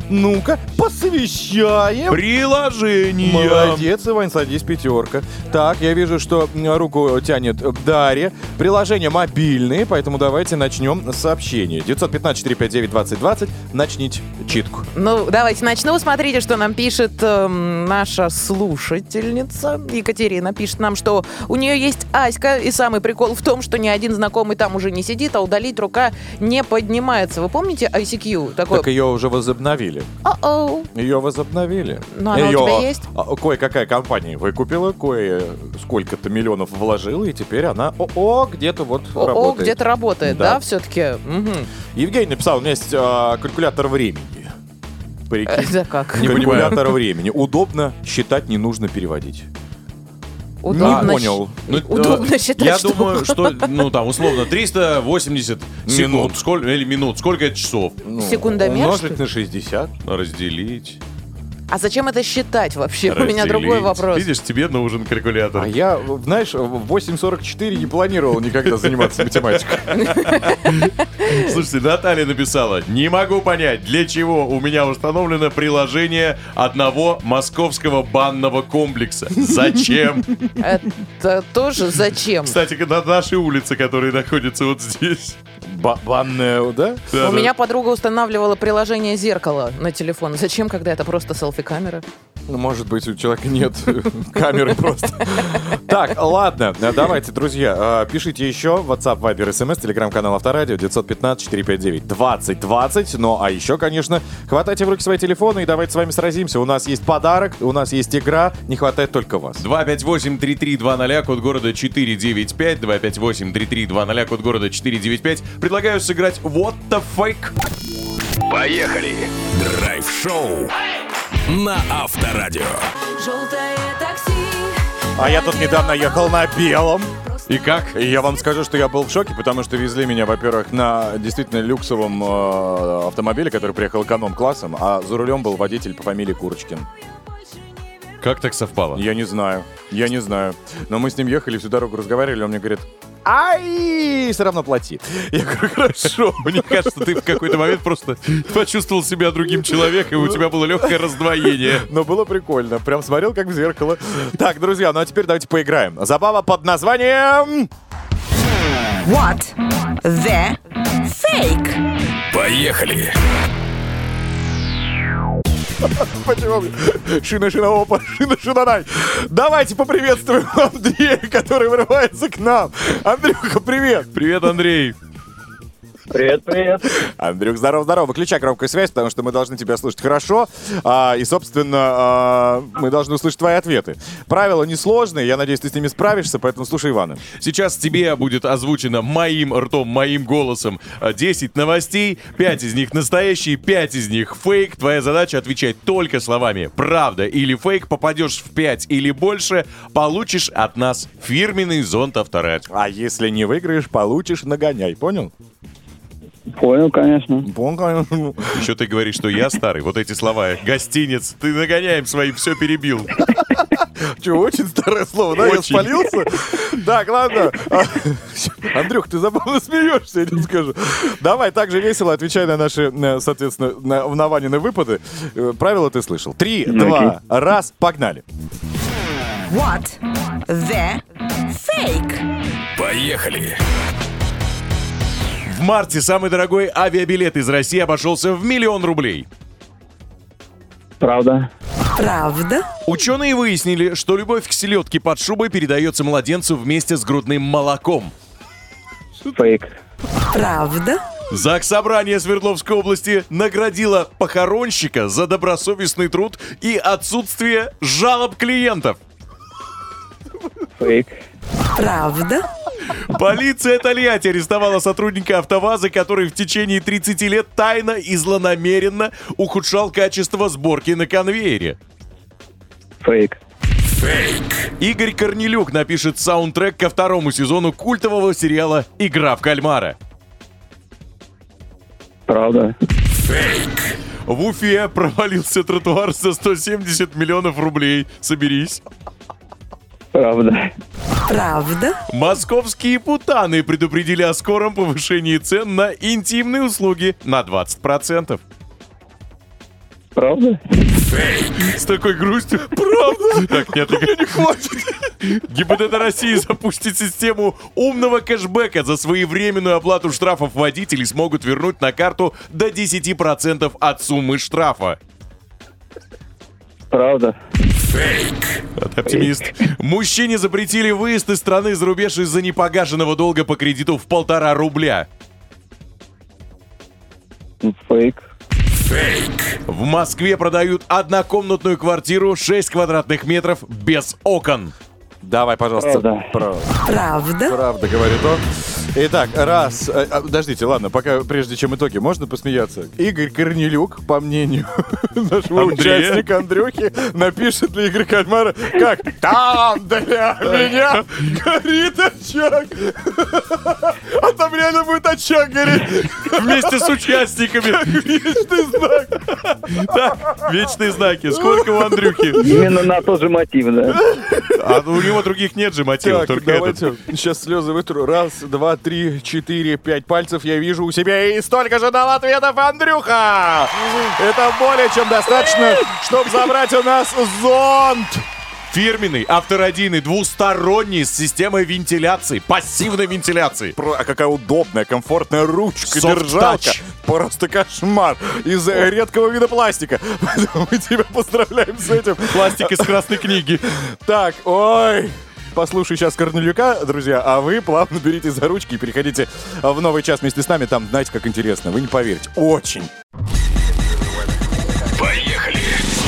посвящаем. Приложение. Молодец, Иван, садись, пятерка. Так, я вижу, что руку тянет Дарья. Приложения мобильные, поэтому давайте начнем с сообщения. 915-459-2020, начните читку. Ну, давайте начну. Смотрите, что нам пишет наша слушательница. Екатерина пишет нам, что у нее есть Аська, и самый прикол в том, что ни один знакомый там уже не сидит, а удалить рука не поднимается. Вы помните ICQ? Такое... Так ее уже возобновили. Ее возобновили. Ну, она у тебя есть? Кое-какая компания выкупила, сколько-то миллионов вложила, и теперь она где-то вот работает. Где-то работает, да, все-таки? Угу. Евгений написал, у меня есть калькулятор времени. Прикинь. Это как? Не Калькулятор времени. Удобно считать, не нужно переводить. Удобно, Не понял. Удобно считать, Я что думаю, что, там, условно, 380 секунд. Или минут. Сколько это часов? Секундомер, Умножить что ли? на 60. Разделить. А зачем это считать вообще? У меня другой вопрос. Видишь, тебе нужен калькулятор. А я, знаешь, в 8.44 не планировал никогда заниматься математикой. Слушайте, Наталья написала: не могу понять, для чего у меня установлено приложение одного московского банного комплекса. Зачем? Это тоже зачем? Кстати, на нашей улице, которая находится вот здесь. Банная, да? У меня подруга устанавливала приложение «Зеркало» на телефон. Зачем, когда это просто селфи-камера? Ну, может быть, у человека нет камеры просто. Так, ладно, давайте, друзья, пишите еще в WhatsApp, Viber, SMS, телеграм-канал Авторадио 915-459-2020. Ну, а еще, конечно, хватайте в руки свои телефоны и давайте с вами сразимся. У нас есть подарок, у нас есть игра, не хватает только вас. 258-3320, код города 495. 258-3320, код города 495. Предлагаю сыграть What the Fake. Поехали. Драйв-шоу на Авторадио. Желтое такси. А я тут недавно ехал на белом. И как? И я вам скажу, что я был в шоке, потому что везли меня, во-первых, на действительно люксовом автомобиле, который приехал эконом-классом, а за рулем был водитель по фамилии Курочкин. Как так совпало? Я не знаю. Но мы с ним ехали, всю дорогу разговаривали, он мне говорит: ай, все равно плати. Я говорю, хорошо. Мне кажется, ты в какой-то момент просто почувствовал себя другим человеком, и у тебя было легкое раздвоение. Но было прикольно. Прям смотрел, как в зеркало. Так, друзья, ну а теперь давайте поиграем. Забава под названием... What the fake? Поехали. Почему? Шина-шина-опа, шина-шина-дай. Давайте поприветствуем Андрея, который врывается к нам. Андрюха, привет. Привет, Андрей. Привет, привет. Андрюх, здорово-здорово. Выключай громкую связь, потому что мы должны тебя слышать хорошо. И, собственно, мы должны услышать твои ответы. Правила несложные, я надеюсь, ты с ними справишься, поэтому слушай Ивана. Сейчас тебе будет озвучено моим ртом, моим голосом 10 новостей, 5 из них настоящие, 5 из них фейк. Твоя задача отвечать только словами «правда» или «фейк». Попадешь в 5 или больше, получишь от нас фирменный зонт Авторадио. А если не выиграешь, получишь нагоняй, понял? Понял, конечно. Понял. Еще ты говоришь, что я старый. Вот эти слова. Гостиниц. Ты нагоняем своим все перебил. Че, очень старое слово, да? Я спалился? Так, ладно. Андрюх, ты забавно смеешься, я тебе скажу. Давай, так же весело отвечай на наши, соответственно, на Ванины выпады. Правила ты слышал. 3, 2, 1, погнали. What the fake? Поехали. В марте самый дорогой авиабилет из России обошелся в 1 000 000 рублей. Правда. Правда? Ученые выяснили, что любовь к селедке под шубой передается младенцу вместе с грудным молоком. Фейк. Правда? Заксобрание Свердловской области наградило похоронщика за добросовестный труд и отсутствие жалоб клиентов. Фейк. Правда? Полиция Тольятти арестовала сотрудника АвтоВАЗа, который в течение 30 лет тайно и злонамеренно ухудшал качество сборки на конвейере. Фейк. Игорь Корнелюк напишет саундтрек ко 2-му сезону культового сериала «Игра в кальмара». Правда. В Уфе провалился тротуар за 170 миллионов рублей. Соберись. Правда. Правда? Московские путаны предупредили о скором повышении цен на интимные услуги на 20%. Правда. С такой грустью. Правда? Так, нет, не хватит. ГИБДД России запустит систему умного кэшбэка. За своевременную оплату штрафов водители смогут вернуть на карту до 10% от суммы штрафа. Правда. Ты оптимист. Мужчине запретили выезд из страны за рубеж из-за непогашенного долга по кредиту в 1,5 рубля. Фейк. В Москве продают однокомнатную квартиру 6 квадратных метров без окон. Давай, пожалуйста. Правда. Правда? Правда, говорит он. Итак, подождите, ладно, прежде чем итоги, можно посмеяться? Игорь Корнелюк, по мнению нашего Андрея? участника Андрюхи, напишет для игры кальмара, как «Там для меня горит очаг». А там реально будет очаг гореть. Вместе с участниками. Вечный знак. Так, вечные знаки. Сколько у Андрюхи? Именно на тот же мотив, да. А у него других нет же мотивов, Так, только этот. давайте, сейчас слезы вытру. 1, 2, 3, 4, 5 пальцев я вижу у себя. И столько же дал ответов Андрюха! Это более чем достаточно, чтобы забрать у нас зонт. Фирменный, авторадийный, двусторонний, с системой вентиляции, пассивной вентиляции. А какая удобная, комфортная ручка, Soft держалка. touch. Просто кошмар. Из редкого вида пластика. Поэтому мы тебя поздравляем с этим. Пластик из красной книги. Так, ой... Послушай сейчас Корнелюка, друзья, а вы плавно берите за ручки и переходите в новый час вместе с нами. Там, знаете, как интересно, вы не поверите. Очень. Поехали.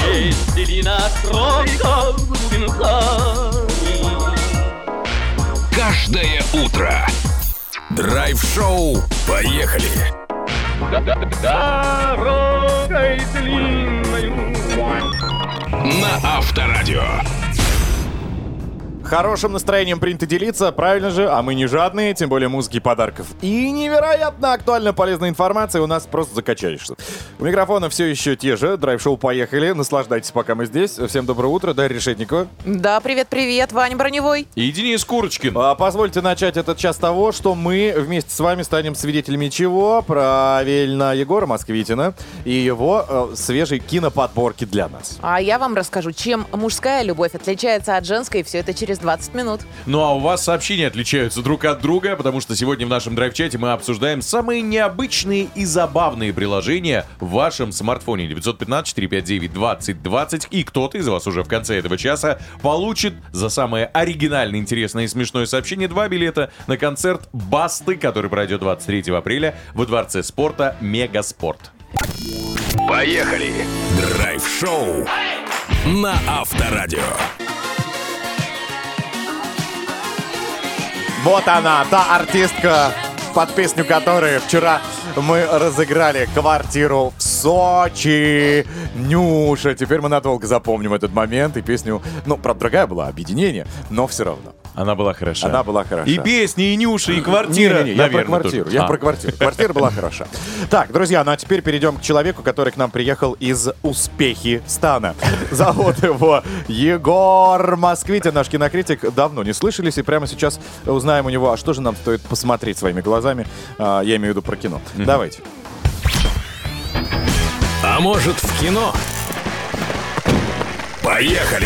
Каждое утро. Драйв-шоу. Поехали. Дорогой длинною. На Авторадио. Хорошим настроением принято делиться, правильно же, а мы не жадные, тем более музыки, подарков. И невероятно актуально полезная информация, у нас просто закачаешься. У микрофона все еще те же, драйв-шоу «Поехали», наслаждайтесь, пока мы здесь. Всем доброе утро, Дарья Решетникова. Да, привет-привет, Ваня Броневой. И Денис Курочкин. Позвольте начать этот час с того, что мы вместе с вами станем свидетелями чего? Правильно, Егора Москвитина и его свежей киноподборки для нас. А я вам расскажу, чем мужская любовь отличается от женской, все это через через 20 минут. Ну а у вас сообщения отличаются друг от друга, потому что сегодня в нашем драйв-чате мы обсуждаем самые необычные и забавные приложения в вашем смартфоне. 915-459-2020. И кто-то из вас уже в конце этого часа получит за самое оригинальное, интересное и смешное сообщение 2 билета на концерт Басты, который пройдет 23 апреля во Дворце спорта «Мегаспорт». Поехали! Драйв-шоу на Авторадио. Вот она, та артистка, под песню которой вчера мы разыграли квартиру в Сочи. Нюша. Теперь мы надолго запомним этот момент и песню. Ну, правда, другая была, «Объединение», но все равно. Она была хороша. Она была хороша. И песни, и Нюша, и квартира. Не, я про квартиру. Я про квартиру. Квартира была хороша. Так, друзья, ну а теперь перейдем к человеку, который к нам приехал из Узбекистана. Зовут его Егор Москвитин, наш кинокритик. Давно не слышались, и прямо сейчас узнаем у него, а что же нам стоит посмотреть своими глазами. Я имею в виду про кино. Давайте. А может, в кино? Поехали!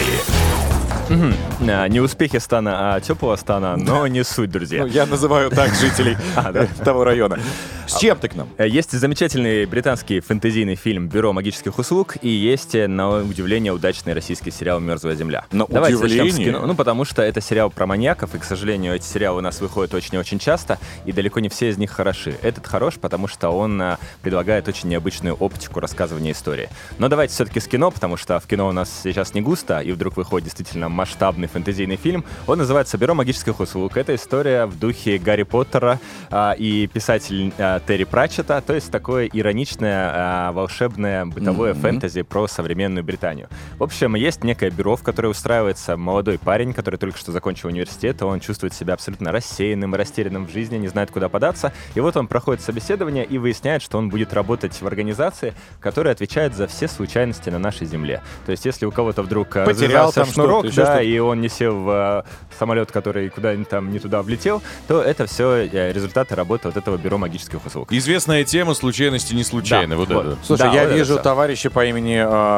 Не Узбекистана, а теплого стана, но не суть, друзья. Ну, я называю так жителей того района. С чем ты к нам? Есть замечательный британский фэнтезийный фильм «Бюро магических услуг» и есть, на удивление, удачный российский сериал «Мертвая земля». На Давайте удивление? начнем с кино. Ну, потому что это сериал про маньяков, и, к сожалению, эти сериалы у нас выходят очень и очень часто, и далеко не все из них хороши. Этот хорош, потому что он предлагает очень необычную оптику рассказывания истории. Но давайте все-таки с кино, потому что в кино у нас сейчас не густо, и вдруг выходит действительно масштабный фэнтезийный фильм. Он называется «Бюро магических услуг». Это история в духе Гарри Поттера и писатель Терри Пратчетта, то есть такое ироничное, волшебное бытовое фэнтези про современную Британию. В общем, есть некое бюро, в которое устраивается молодой парень, который только что закончил университет, он чувствует себя абсолютно рассеянным и растерянным в жизни, не знает, куда податься, и вот он проходит собеседование и выясняет, что он будет работать в организации, которая отвечает за все случайности на нашей земле. То есть, если у кого-то вдруг развязался шнурок, да, и он не сел в самолет, который куда-нибудь там не туда влетел, то это все результаты работы вот этого бюро магических услуг. Известная тема «Случайности не случайны». Да, вот вот. это. Слушай, Да, я вот вижу это всё. товарища по имени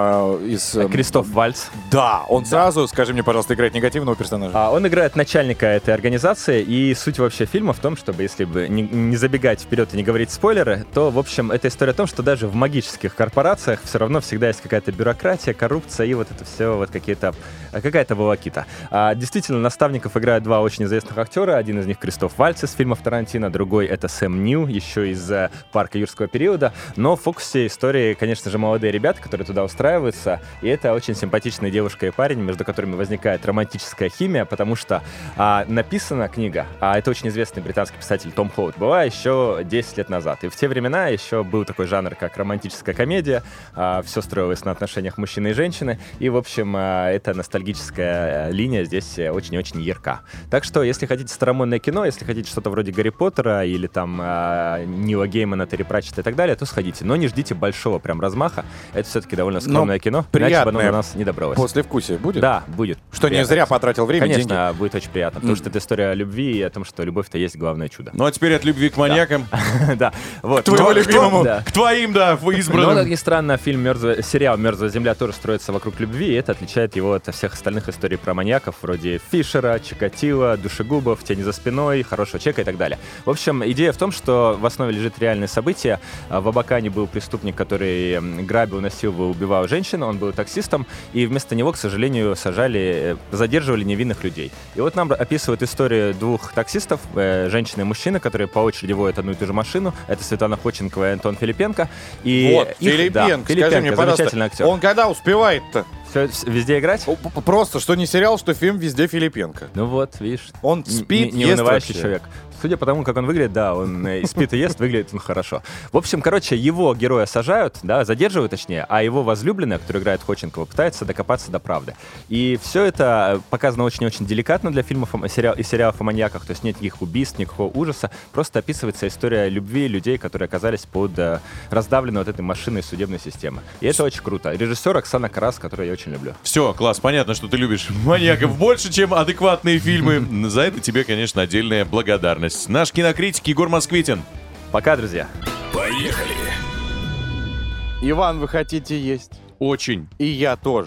Кристоф Вальц. Да, он сразу, скажи мне, пожалуйста, играет негативного персонажа. Он играет начальника этой организации, и суть вообще фильма в том, чтобы, если бы не забегать вперед и не говорить спойлеры, то, в общем, это история о том, что даже в магических корпорациях все равно всегда есть какая-то бюрократия, коррупция и вот это все, вот какая-то волокита. Действительно, наставников играют два очень известных актера. Один из них Кристоф Вальц из фильмов Тарантино, другой это Сэм Нил, еще из «Парка юрского периода». Но в фокусе истории, конечно же, молодые ребята, которые туда устраиваются, и это очень симпатичная девушка и парень, между которыми возникает романтическая химия, потому что написана книга, это очень известный британский писатель Том Хоут, была еще 10 лет назад. И в те времена еще был такой жанр, как романтическая комедия, все строилось на отношениях мужчины и женщины, и, в общем, эта ностальгическая линия здесь очень-очень ярка. Так что, если хотите старомодное кино, если хотите что-то вроде Гарри Поттера или там Нила Геймана, Терри Пратчетта и так далее, то сходите. Но не ждите большого прям размаха. Это все-таки довольно скромное кино, иначе бы оно до нас не добралось. Послевкусие будет? Да, будет. Что не зря потратил время, деньги. Конечно, будет очень приятно, потому что это история о любви и о том, что любовь-то есть главное чудо. Ну а теперь от любви к маньякам. Да, вот. К твоему любимому. Да. К твоим, да, Но, избранным. как ни странно, сериал «Мертвая земля» тоже строится вокруг любви, и это отличает его от всех остальных историй про маньяков, вроде Фишера, Чикатило, Душегубов, Тени за спиной, Хорошего человека и так далее. В общем, идея в том, что в основе лежит реальное событие. В Абакане был преступник, который грабил, насиловал, убивал женщин, он был таксистом, и вместо него, к сожалению, задерживали невинных людей. И вот нам описывают историю двух таксистов, женщины и мужчины, которые по очереди водят одну и ту же машину. Это Светлана Ходченкова и Антон Филипенко. И Вот, Филипенко, скажи мне, пожалуйста, замечательный актер. он когда успевает-то? Везде играть? Просто, что не сериал, что фильм, везде Филипенко. Ну вот, видишь. Он спит, не ест унывающий вообще. человек. Судя по тому, как он выглядит, да, он и спит и ест, выглядит он хорошо. В общем, короче, его героя сажают, да, задерживают точнее, а его возлюбленная, которая играет Ходченкова, пытается докопаться до правды. И все это показано очень-очень деликатно для фильмов и сериалов о маньяках, то есть нет никаких убийств, никакого ужаса, просто описывается история любви людей, которые оказались под раздавленной вот этой машиной судебной системы. И это очень круто. Режиссер Оксана Карас, которую я очень люблю. Все, класс, понятно, что ты любишь маньяков больше, чем адекватные фильмы. За это тебе, конечно, отдельная благодарность. Наш кинокритик Егор Москвитин. Пока, друзья. Поехали! Иван, вы хотите есть? Очень. И я тоже.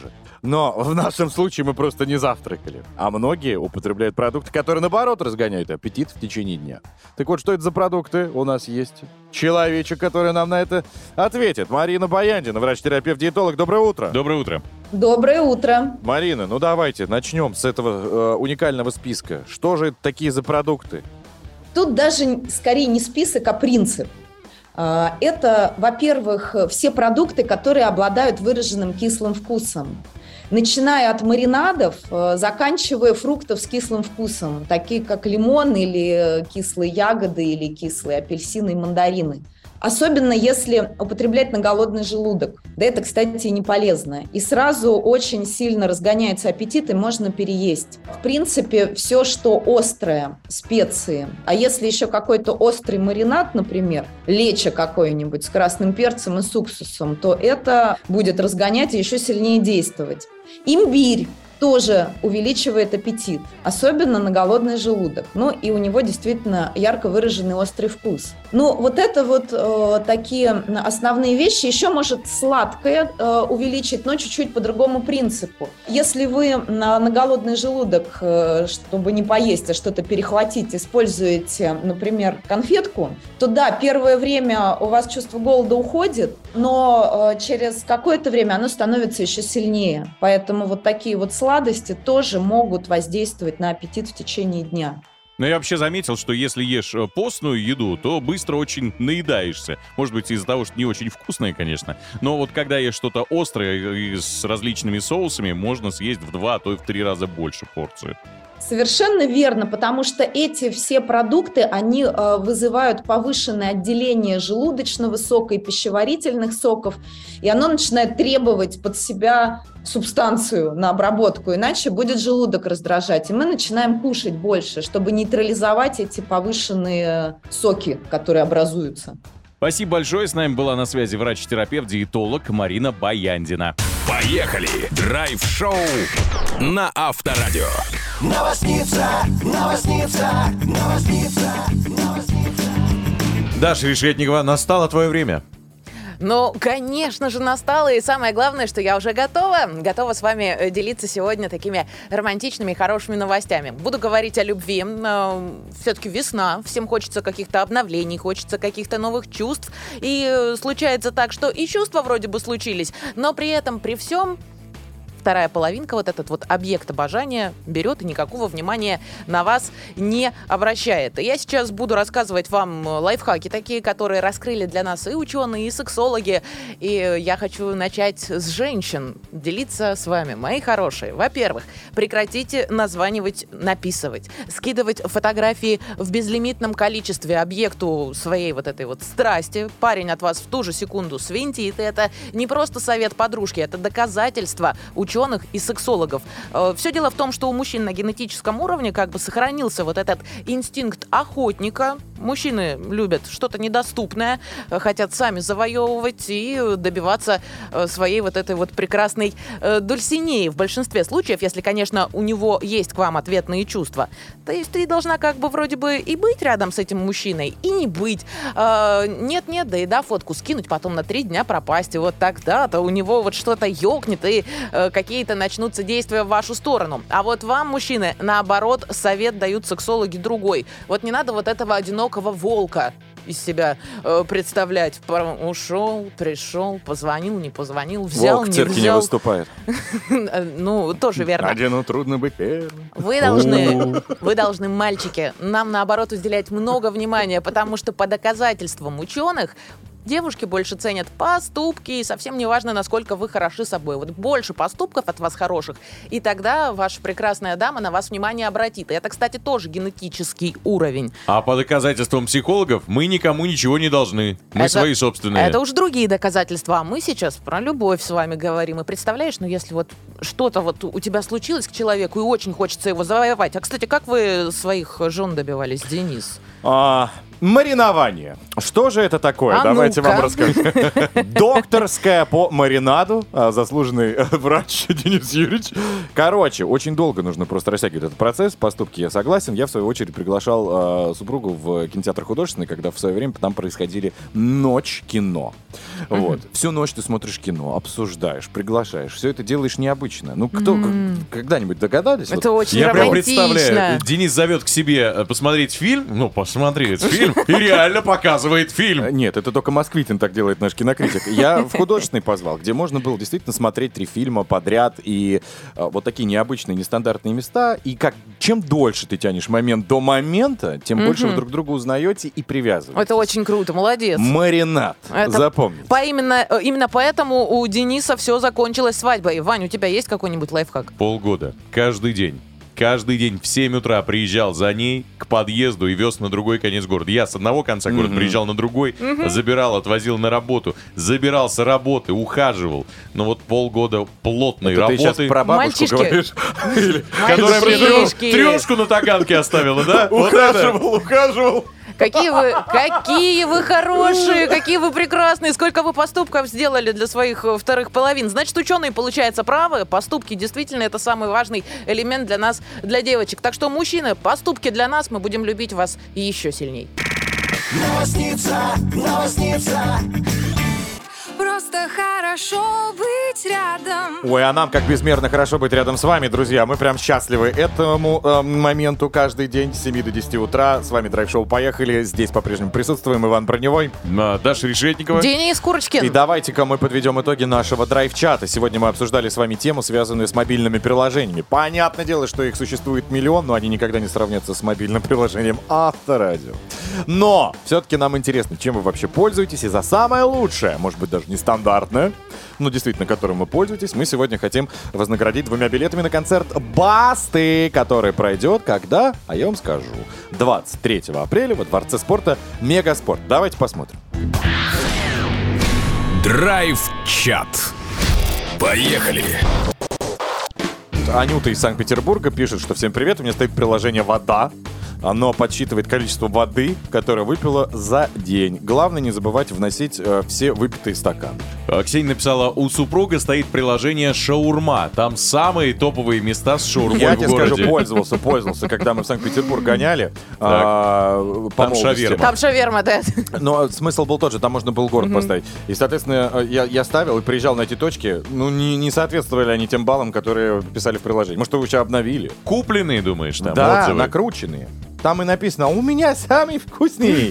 Но в нашем случае мы просто не завтракали. А многие употребляют продукты, которые, наоборот, разгоняют аппетит в течение дня. Так вот, что это за продукты? У нас есть человечек, который нам на это ответит. Марина Баяндина, врач-терапевт-диетолог. Доброе утро. Доброе утро. Доброе утро. Марина, ну давайте начнем с этого уникального списка. Что же это такие за продукты? Тут даже скорее не список, а принцип. Это, во-первых, все продукты, которые обладают выраженным кислым вкусом. Начиная от маринадов, заканчивая фруктов с кислым вкусом, такие как лимон или кислые ягоды, или кислые апельсины и мандарины. Особенно если употреблять на голодный желудок. Да это, кстати, не полезно. И сразу очень сильно разгоняется аппетит, и можно переесть. В принципе, все, что острое, специи. А если еще какой-то острый маринад, например, лечо какое-нибудь с красным перцем и с уксусом, то это будет разгонять и еще сильнее действовать. Имбирь тоже увеличивает аппетит, особенно на голодный желудок. Ну и у него действительно ярко выраженный острый вкус. Ну вот это вот такие основные вещи. Еще может сладкое увеличить, но чуть-чуть по другому принципу. Если вы на голодный желудок, чтобы не поесть, а что-то перехватить, используете, например, конфетку, то да, первое время у вас чувство голода уходит, но через какое-то время оно становится еще сильнее. Поэтому вот такие вот сладости тоже могут воздействовать на аппетит в течение дня. Но я вообще заметил, что если ешь постную еду, то быстро очень наедаешься. Может быть, из-за того, что не очень вкусное, конечно. Но вот когда ешь что-то острое и с различными соусами, можно съесть в 2, а то и в 3 раза больше порцию. Совершенно верно, потому что эти все продукты, они вызывают повышенное отделение желудочного сока и пищеварительных соков, и оно начинает требовать под себя субстанцию на обработку, иначе будет желудок раздражать, и мы начинаем кушать больше, чтобы нейтрализовать эти повышенные соки, которые образуются. Спасибо большое. С нами была на связи врач-терапевт-диетолог Марина Баяндина. Поехали! Драйв-шоу на Авторадио. Даша Решетникова, настало твое время. Ну, конечно же, настало. И самое главное, что я уже готова с вами делиться сегодня такими романтичными и хорошими новостями. Буду говорить о любви. Все-таки весна. Всем хочется каких-то обновлений, хочется каких-то новых чувств. И случается так, что и чувства вроде бы случились, но при этом, при всем, вторая половинка, вот этот вот объект обожания, берет и никакого внимания на вас не обращает. И я сейчас буду рассказывать вам лайфхаки такие, которые раскрыли для нас и ученые, и сексологи. И я хочу начать с женщин, делиться с вами, мои хорошие. Во-первых, прекратите названивать, написывать, скидывать фотографии в безлимитном количестве объекту своей вот этой вот страсти. Парень от вас в ту же секунду свинтит. И это не просто совет подружки, это доказательство ученых и сексологов. Все дело в том, что у мужчин на генетическом уровне как бы сохранился вот этот инстинкт охотника. Мужчины любят что-то недоступное, хотят сами завоевывать и добиваться своей вот этой вот прекрасной Дульсинеи в большинстве случаев, если, конечно, у него есть к вам ответные чувства. То есть ты должна как бы вроде бы и быть рядом с этим мужчиной, и не быть. Нет-нет, да и да, фотку скинуть, потом на 3 дня пропасть. И вот тогда-то у него вот что-то ёкнет, и какие-то начнутся действия в вашу сторону. А вот вам, мужчины, наоборот, совет дают сексологи другой. Вот не надо вот этого одинокого волка из себя представлять. Ушел, пришел, позвонил, не позвонил, взял, волк не в цирке взял. не выступает. Ну, тоже верно. Одину трудно быть первым. Вы должны, мальчики, нам, наоборот, уделять много внимания, потому что по доказательствам ученых девушки больше ценят поступки, и совсем не важно, насколько вы хороши собой. Вот больше поступков от вас хороших, и тогда ваша прекрасная дама на вас внимание обратит. И это, кстати, тоже генетический уровень. А по доказательствам психологов мы никому ничего не должны. Мы свои собственные. Это уж другие доказательства. А мы сейчас про любовь с вами говорим. И представляешь, ну если вот что-то вот у тебя случилось к человеку, и очень хочется его завоевать. А, кстати, как вы своих жен добивались, Денис? Маринование. Что же это такое? А Давайте ну-ка. вам расскажу. Докторская по маринаду. Заслуженный врач Денис Юрьевич. Короче, очень долго нужно просто растягивать этот процесс. Поступки я согласен. Я, в свою очередь, приглашал супругу в кинотеатр художественный, когда в свое время там происходили ночь кино. Вот. Всю ночь ты смотришь кино, обсуждаешь, приглашаешь. Все это делаешь необычно. Ну, кто когда-нибудь догадались? Это очень Я прям романтично. представляю, Денис зовет к себе посмотреть фильм, посмотреть фильм, и реально показывает фильм. Нет, это только Москвитин так делает, наш кинокритик. Я в художественный позвал, где можно было действительно смотреть 3 фильма подряд и вот такие необычные, нестандартные места. И чем дольше ты тянешь момент до момента, тем больше вы друг друга узнаете и привязываетесь. Это очень круто, молодец. Маринад. Это Запомните. Именно поэтому у Дениса все закончилось свадьбой. Вань, у тебя есть какой-нибудь лайфхак? Полгода. Каждый день. Каждый день в 7 утра приезжал за ней к подъезду и вез на другой конец города. Я с одного конца города приезжал на другой, забирал, отвозил на работу, забирал с работы, ухаживал. Но вот полгода плотной Это ты сейчас работы, про бабушку Мальчишки. говоришь? которая мне Мальчишки. трешку на таганке оставила, да? Вот это. Ухаживал. Какие вы хорошие, какие вы прекрасные, сколько вы поступков сделали для своих вторых половин. Значит, ученые, получается, правы. Поступки действительно это самый важный элемент для нас, для девочек. Так что, мужчины, поступки для нас, мы будем любить вас еще сильней. Просто хорошо быть рядом. Ой, а нам как безмерно хорошо быть рядом с вами, друзья. Мы прям счастливы этому моменту каждый день с 7 до 10 утра. С вами Драйв-шоу «Поехали». Здесь по-прежнему присутствуем Иван Броневой. Даша Решетникова. Денис Курочкин. И давайте-ка мы подведем итоги нашего драйв-чата. Сегодня мы обсуждали с вами тему, связанную с мобильными приложениями. Понятное дело, что их существует миллион, но они никогда не сравнятся с мобильным приложением Авторадио. Но все-таки нам интересно, чем вы вообще пользуетесь. И за самое лучшее, может быть, даже нестандартное, но действительно, которым вы пользуетесь, мы сегодня хотим вознаградить 2 билетами на концерт Басты, который пройдет когда? А я вам скажу. 23 апреля во Дворце спорта Мегаспорт. Давайте посмотрим. Драйв-чат. Поехали! Анюта из Санкт-Петербурга пишет, что всем привет, у меня стоит приложение «Вода». Оно подсчитывает количество воды, которое выпила за день. Главное не забывать вносить все выпитые стаканы. Ксения написала, у супруга стоит приложение «Шаурма». Там самые топовые места с шаурмой Я в тебе городе. скажу, пользовался, когда мы в Санкт-Петербург гоняли. По Там молодости. шаверма. Там шаверма, да. Но смысл был тот же, там можно было город поставить. И, соответственно, я ставил и приезжал на эти точки. Ну, не соответствовали они тем баллам, которые писали в приложении. Может, вы еще обновили? Купленные, думаешь, там Да, отзывы? накрученные. Там и написано, у меня самый вкусный.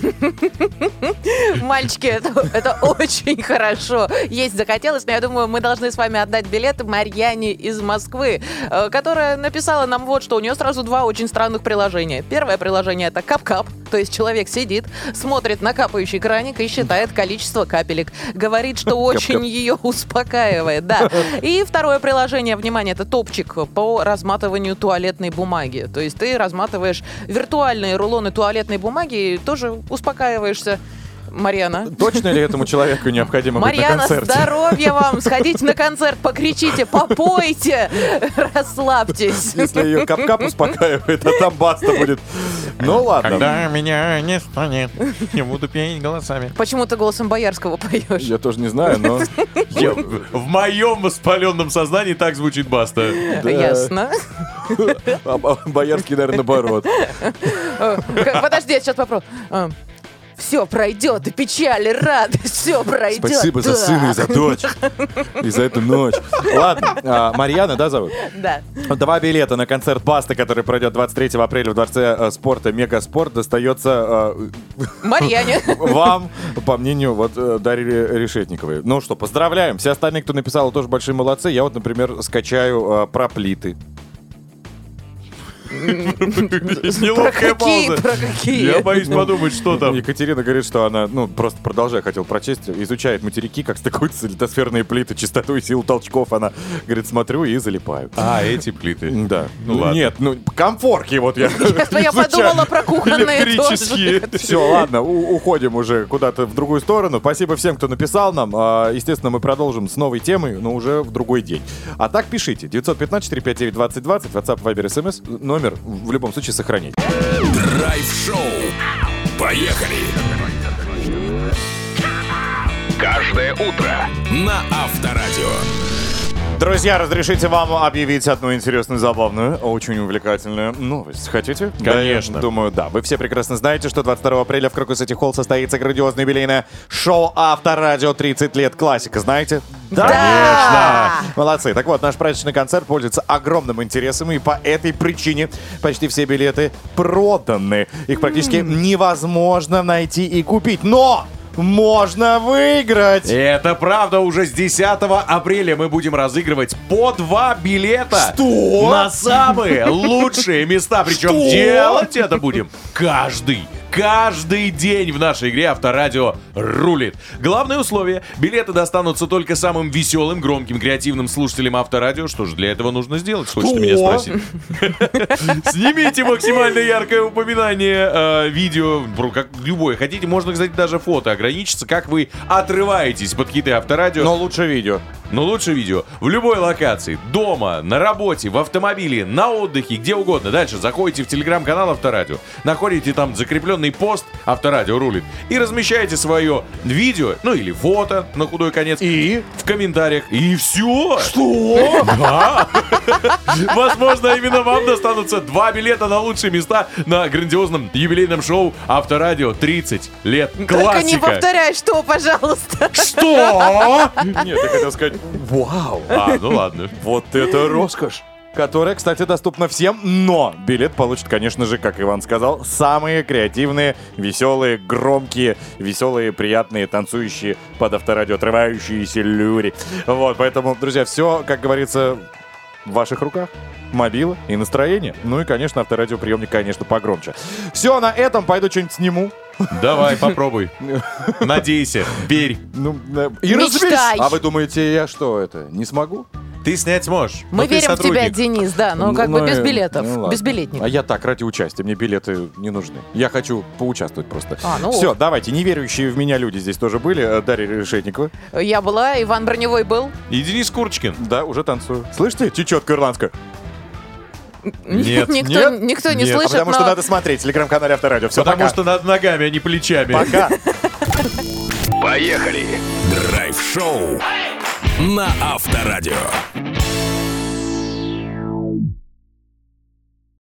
Мальчики, это очень хорошо. Есть захотелось, но я думаю, мы должны с вами отдать билеты Марьяне из Москвы, которая написала нам вот что. У нее сразу 2 очень странных приложения. Первое приложение — это кап-кап, то есть человек сидит, смотрит на капающий краник и считает количество капелек. Говорит, что очень ее успокаивает, да. И второе приложение, внимание, это топчик по разматыванию туалетной бумаги. То есть ты разматываешь виртуальные рулоны туалетной бумаги и тоже успокаиваешься. Марьяна. Точно ли этому человеку необходимо быть на Марьяна, концерте? здоровья вам! Сходите на концерт, покричите, попойте, расслабьтесь. Если ее кап-кап успокаивает, а там Баста будет. Ну ладно. Когда меня не станет, я буду петь голосами. Почему ты голосом Боярского поешь? Я тоже не знаю, но... В моем воспаленном сознании так звучит Баста. Ясно. А Боярский, наверное, наоборот. Подожди, я сейчас попробую. Все пройдет, и печаль, и радость, все пройдет. Спасибо за сына и за дочь. И за эту ночь. Ладно, Марьяна, да, зовут? Да. 2 билета на концерт Басты, который пройдет 23 апреля в Дворце спорта Мегаспорт, достается Марьяне. вам, по мнению вот Дарьи Решетниковой. Ну что, поздравляем. Все остальные, кто написал, тоже большие молодцы. Я вот, например, скачаю про плиты. Неловкая пауза. Про какие? Я боюсь подумать, что там. Екатерина говорит, что она, просто продолжая, хотел прочесть, изучает материки, как стыкуются литосферные плиты, частоту и силу толчков. Она, говорит, смотрю и залипаю. А, эти плиты. Да. Ну ладно. Нет, комфорки вот я Я подумала про кухонные Электрические. тоже. Все, ладно, уходим уже куда-то в другую сторону. Спасибо всем, кто написал нам. Естественно, мы продолжим с новой темой, но уже в другой день. А так пишите. 915-459-2020, WhatsApp, Viber, SMS, номер номер в любом случае сохранить. Драйв-шоу. Поехали! Каждое утро на Авторадио. Друзья, разрешите вам объявить одну интересную, забавную, очень увлекательную новость. Хотите? Конечно. Да, думаю, да. Вы все прекрасно знаете, что 22 апреля в Крокус-Сити Холл состоится грандиозное юбилейное шоу «Авторадио 30 лет классика». Знаете? Да! Конечно! Молодцы. Так вот, наш праздничный концерт пользуется огромным интересом, и по этой причине почти все билеты проданы. Их практически невозможно найти и купить. Но можно выиграть! Это правда, уже с 10 апреля мы будем разыгрывать по 2 билета. Что? На самые лучшие места. Причем Что? делать это будем каждый день в нашей игре «Авторадио рулит». Главное условие – билеты достанутся только самым веселым, громким, креативным слушателям «Авторадио». Что же для этого нужно сделать, хочется меня спросить? Снимите максимально яркое упоминание, видео, как любое. Хотите, можно, кстати, даже фото ограничиться, как вы отрываетесь под хиты «Авторадио». Но лучше видео. Но лучше видео. В любой локации. Дома, на работе, в автомобиле, на отдыхе, где угодно. Дальше заходите в телеграм-канал Авторадио. Находите там закрепленный пост «Авторадио рулит». И размещаете свое видео, ну или фото, на худой конец. И? В комментариях. И все. Что? Да. Возможно, именно вам достанутся 2 билета на лучшие места на грандиозном юбилейном шоу «Авторадио 30 лет классика». Только не повторяй, что, пожалуйста. Что? Нет, я хотел сказать, вау. Ну ладно. Вот это роскошь. Которая, кстати, доступна всем, но билет получат, конечно же, как Иван сказал, самые креативные, веселые, громкие, веселые, приятные, танцующие под Авторадио, отрывающиеся люди. Вот, поэтому, друзья, все, как говорится, в ваших руках. Мобила и настроение. Ну и, конечно, авторадиоприемник, конечно, погромче. Все, на этом пойду что-нибудь сниму. Давай, попробуй. Надейся, верь. И Мечтай. разберись. А вы думаете, я что, это, не смогу? Ты снять сможешь. Мы но ты верим в тебя, сотрудник. Денис, да, но как бы без билетов, без билетников. А я так, ради участия, мне билеты не нужны. Я хочу поучаствовать просто. Ну Все, давайте, неверующие в меня люди здесь тоже были. Дарья Решетникова. Я была, Иван Броневой был. И Денис Курочкин. Да, уже танцую. Слышите, чечетка ирландская? Нет. Никто не слышит, потому что надо смотреть, телеграм-канале Авторадио. Все, Потому что над ногами, а не плечами. Пока. Поехали! Драйв-шоу на Авторадио.